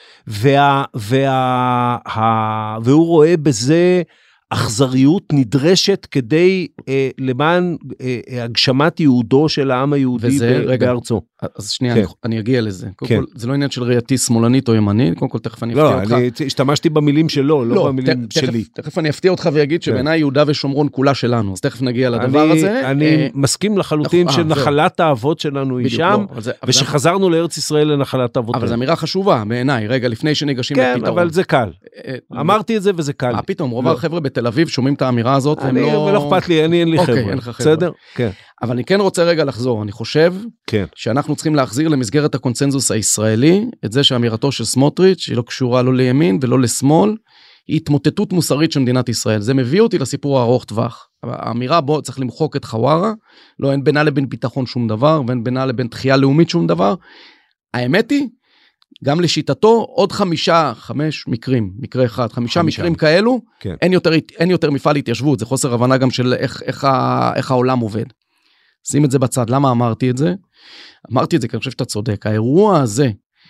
והוא רואה בזה אכזריות נדרשת כדי אה, למען אה, הגשמת יהודו של העם היהודי וזה, ב- רגע, בארצו. אז שנייה, כן. אני, אני אגיע לזה. קודם כן. כל, זה לא עניין של ראייתי שמאלנית או ימנית, קודם כל תכף אני אפתיע לא, אותך. אני השתמשתי במילים שלו, לא, לא במילים ת, שלי. תכף, תכף אני אפתיע אותך ויגיד כן. שבעיניי יהודה ושומרון כולה שלנו, אז תכף נגיע לדבר אני, הזה. אני אה, מסכים לחלוטין נכון, אה, שנחלת האבות שלנו היא בדיוק, שם, לא, זה, ושחזרנו לארץ ישראל לנחלת האבות. אבל זו אמירה חשובה בעיניי, רגע, לפני שניגשים כן, לפתרון. אבל זה קל. אה, אמרתי את זה וזה קל. מה פתאום, רוב לא. החבר'ה בתל אביב שומעים את האמירה הזאת, והם אני, לא... ולא אכפת לי, אני אין לי אוקיי, חבר'ה. אין לך חבר'ה. בסדר? כן. אבל אני כן רוצה רגע לחזור, אני חושב כן. שאנחנו צריכים להחזיר למסגרת הקונצנזוס הישראלי, את זה שאמירתו של סמוטריץ' היא לא קשורה לא לימין ולא לשמאל, היא התמוטטות מוסרית של מדינת ישראל. זה מביא אותי לסיפור הארוך טווח. האמירה בו צריך למחוק את חווארה, לא אין בינה לבין ביטחון שום דבר, ואין בינה לבין תחייה לאומית שום דבר. האמת היא, גם לשיטתו, עוד חמישה, חמש מקרים, מקרה אחד, חמישה, חמישה. מקרים כאלו, כן. אין יותר, אין יותר מפעל התיישבות, זה חוסר הבנה גם של איך, איך, איך העולם עובד. שים את זה בצד, למה אמרתי את זה? אמרתי את זה כי אני חושב שאתה צודק, האירוע הזה,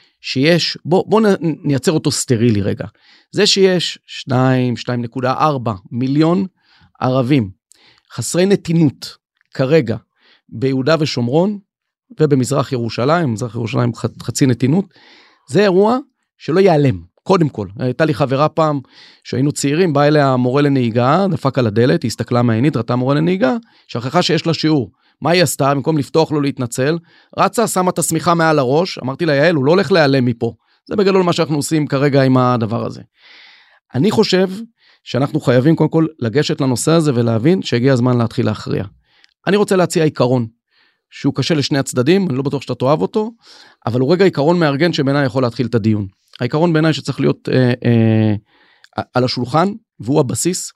שיש, בוא, בוא נייצר אותו סטרילי רגע, זה שיש שתיים, שתיים נקודה ארבע מיליון ערבים, חסרי נתינות, כרגע, ביהודה ושומרון, ובמזרח ירושלים, מזרח ירושלים חצי נתינות, זה אירוע שלא ייעלם, קודם כל. הייתה לי חברה פעם, שהיינו צעירים, באה אליה המורה לנהיגה, דפק על הדלת, היא הסתכלה מהעינית, ראתה מורה לנהיגה, שכחה שיש לה שיעור. מה היא עשתה? במקום לפתוח לו להתנצל, רצה, שמה את השמיכה מעל הראש, אמרתי לה, יעל, הוא לא הולך להיעלם מפה. זה בגדול מה שאנחנו עושים כרגע עם הדבר הזה. אני חושב שאנחנו חייבים קודם כל לגשת לנושא הזה ולהבין שהגיע הזמן להתחיל להכריע. אני רוצה להציע עיקרון, שהוא קשה לשני הצדדים, אני לא בטוח שאתה תאהב אותו, אבל הוא רגע עיקרון מארגן שבעיניי יכול להתחיל את הדיון. העיקרון בעיניי שצריך להיות אה, אה, על השולחן, והוא הבסיס.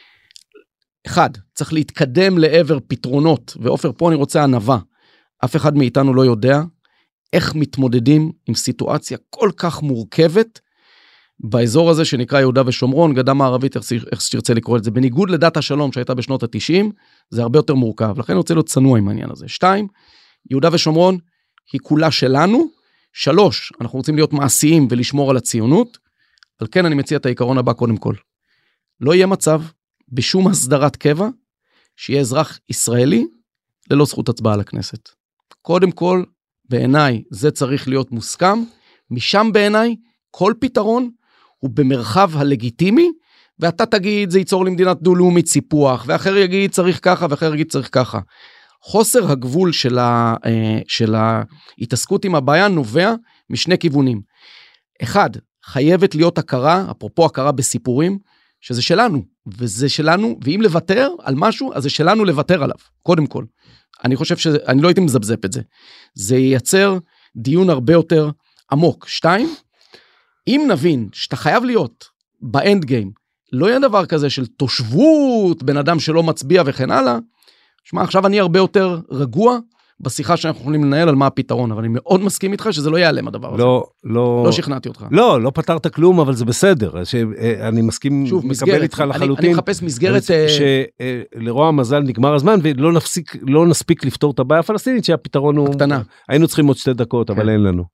אחד, צריך להתקדם לעבר פתרונות, ואופר פה אני רוצה ענווה. אף אחד מאיתנו לא יודע איך מתמודדים עם סיטואציה כל כך מורכבת, באזור הזה שנקרא יהודה ושומרון, גדה מערבית, איך שתרצה לקרוא את זה, בניגוד לדת השלום שהייתה בשנות ה-תשעים, זה הרבה יותר מורכב, לכן אני רוצה להיות צנוע עם העניין הזה. שתיים, יהודה ושומרון היא כולה שלנו. שלוש, אנחנו רוצים להיות מעשיים ולשמור על הציונות, על כן אני מציע את העיקרון הבא קודם כל. לא יהיה מצב בשום הסדרת קבע, שיהיה אזרח ישראלי ללא זכות הצבעה לכנסת. קודם כל, בעיניי זה צריך להיות מוסכם, משם בעיניי כל פתרון הוא במרחב הלגיטימי, ואתה תגיד, זה ייצור למדינת דו-לאומית סיפוח, ואחר יגיד צריך ככה, ואחר יגיד צריך ככה. חוסר הגבול של, ה, של ההתעסקות עם הבעיה נובע משני כיוונים. אחד, חייבת להיות הכרה, אפרופו הכרה בסיפורים, שזה שלנו, וזה שלנו, ואם לוותר על משהו, אז זה שלנו לוותר עליו, קודם כל. אני חושב שאני לא הייתי מזבזפ את זה. זה ייצר דיון הרבה יותר עמוק. שתיים, אם נבין שאתה חייב להיות באנד גיים, לא יהיה דבר כזה של תושבות, בן אדם שלא מצביע וכן הלאה, שמה, עכשיו אני הרבה יותר רגוע בשיחה שאנחנו יכולים לנהל על מה הפתרון, אבל אני מאוד מסכים איתך שזה לא ייעלם הדבר הזה. לא, לא... לא שכנעתי אותך. לא, לא פתרת כלום, אבל זה בסדר. אני מסכים, שוב, מקבל מסגרת, איתך אני, לחלוטין. אני מחפש מסגרת... שלרוע המזל נגמר הזמן, ולא נפסיק, לא נספיק לפתור את הבעיה הפלסטינית, שהפתרון הוא... הקטנה. היינו צריכים עוד שתי דקות, אבל כן. אין לנו.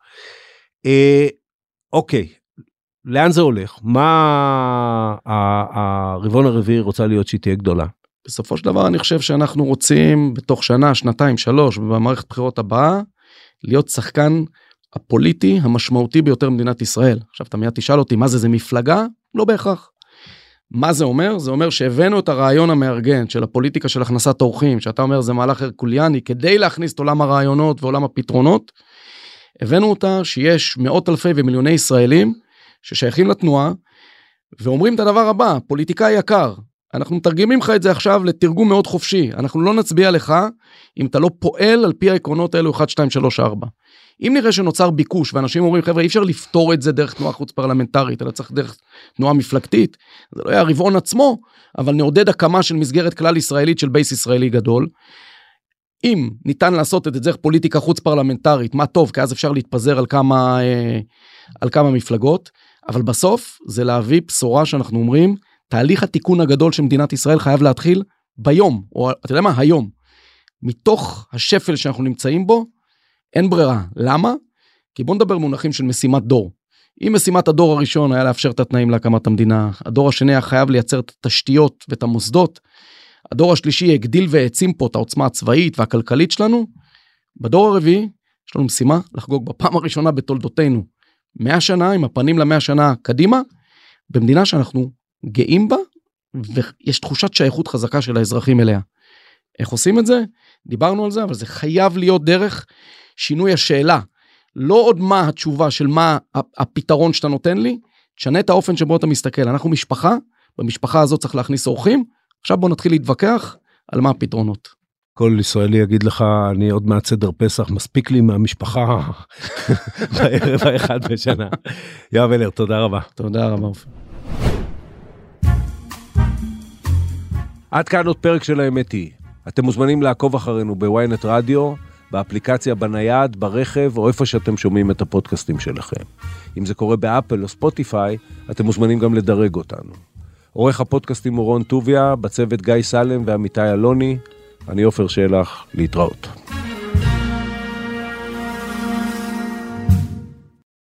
אוקיי, לאן זה הולך? מה הרבעון הרביעי רוצה להיות שהיא תהיה גדולה? בסופו של דבר אני חושב שאנחנו רוצים בתוך שנה, שנתיים, שלוש, במערכת בחירות הבאה, להיות שחקן הפוליטי המשמעותי ביותר במדינת ישראל. עכשיו אתה מיד תשאל אותי, מה זה, זה מפלגה? לא בהכרח. מה זה אומר? זה אומר שהבאנו את הרעיון המארגן של הפוליטיקה של הכנסת אורחים, שאתה אומר זה מהלך הרקוליאני, כדי להכניס את עולם הרעיונות ועולם הפתרונות, הבאנו אותה שיש מאות אלפי ומיליוני ישראלים ששייכים לתנועה, ואומרים את הדבר הבא, פוליטיקאי יקר, אנחנו מתרגמים לך את זה עכשיו לתרגום מאוד חופשי, אנחנו לא נצביע לך אם אתה לא פועל על פי העקרונות האלו אחת, שתיים, שלוש, ארבע. אם נראה שנוצר ביקוש, ואנשים אומרים, חבר'ה, אי אפשר לפתור את זה דרך תנועה חוץ פרלמנטרית, אלא צריך דרך תנועה מפלגתית, זה לא יהיה הרבעון עצמו, אבל נעודד הקמה של מסגרת כלל ישראלית של בייס ישראלי גדול. אם ניתן לעשות את זה דרך פוליטיקה חוץ פרלמנטרית, מה טוב, כי אז אפשר להתפזר על כמה, על כמה מפלגות, אבל בסוף זה להביא בשורה שאנחנו אומרים, תהליך התיקון הגדול שמדינת ישראל חייב להתחיל ביום, או אתה יודע מה, היום. מתוך השפל שאנחנו נמצאים בו, אין ברירה. למה? כי בוא נדבר מונחים של משימת דור. אם משימת הדור הראשון היה לאפשר את התנאים להקמת המדינה, הדור השני היה חייב לייצר את התשתיות ואת המוסדות, הדור השלישי הגדיל והעצים פה את העוצמה הצבאית והכלכלית שלנו, בדור הרביעי יש לנו משימה לחגוג בפעם הראשונה בתולדותינו, מאה שנה עם הפנים למאה שנה קדימה, במדינה שאנחנו גאים בה, ויש תחושת שייכות חזקה של האזרחים אליה. איך עושים את זה? דיברנו על זה, אבל זה חייב להיות דרך שינוי השאלה. לא עוד מה התשובה של מה הפתרון שאתה נותן לי, תשנה את האופן שבו אתה מסתכל. אנחנו משפחה, במשפחה הזאת צריך להכניס אורחים, עכשיו בוא נתחיל להתווכח על מה הפתרונות. כל ישראלי יגיד לך, אני עוד מעט סדר פסח, מספיק לי מהמשפחה בערב האחד בשנה. יואב אלר, תודה רבה. תודה רבה. עד כאן עוד פרק של האמת היא. אתם מוזמנים לעקוב אחרינו בוויינט רדיו, באפליקציה, בנייד, ברכב, או איפה שאתם שומעים את הפודקאסטים שלכם. אם זה קורה באפל או ספוטיפיי, אתם מוזמנים גם לדרג אותנו. עורך הפודקאסטים הוא רון טוביה, בצוות גיא סלם ועמיתי אלוני. אני עופר שלח, להתראות.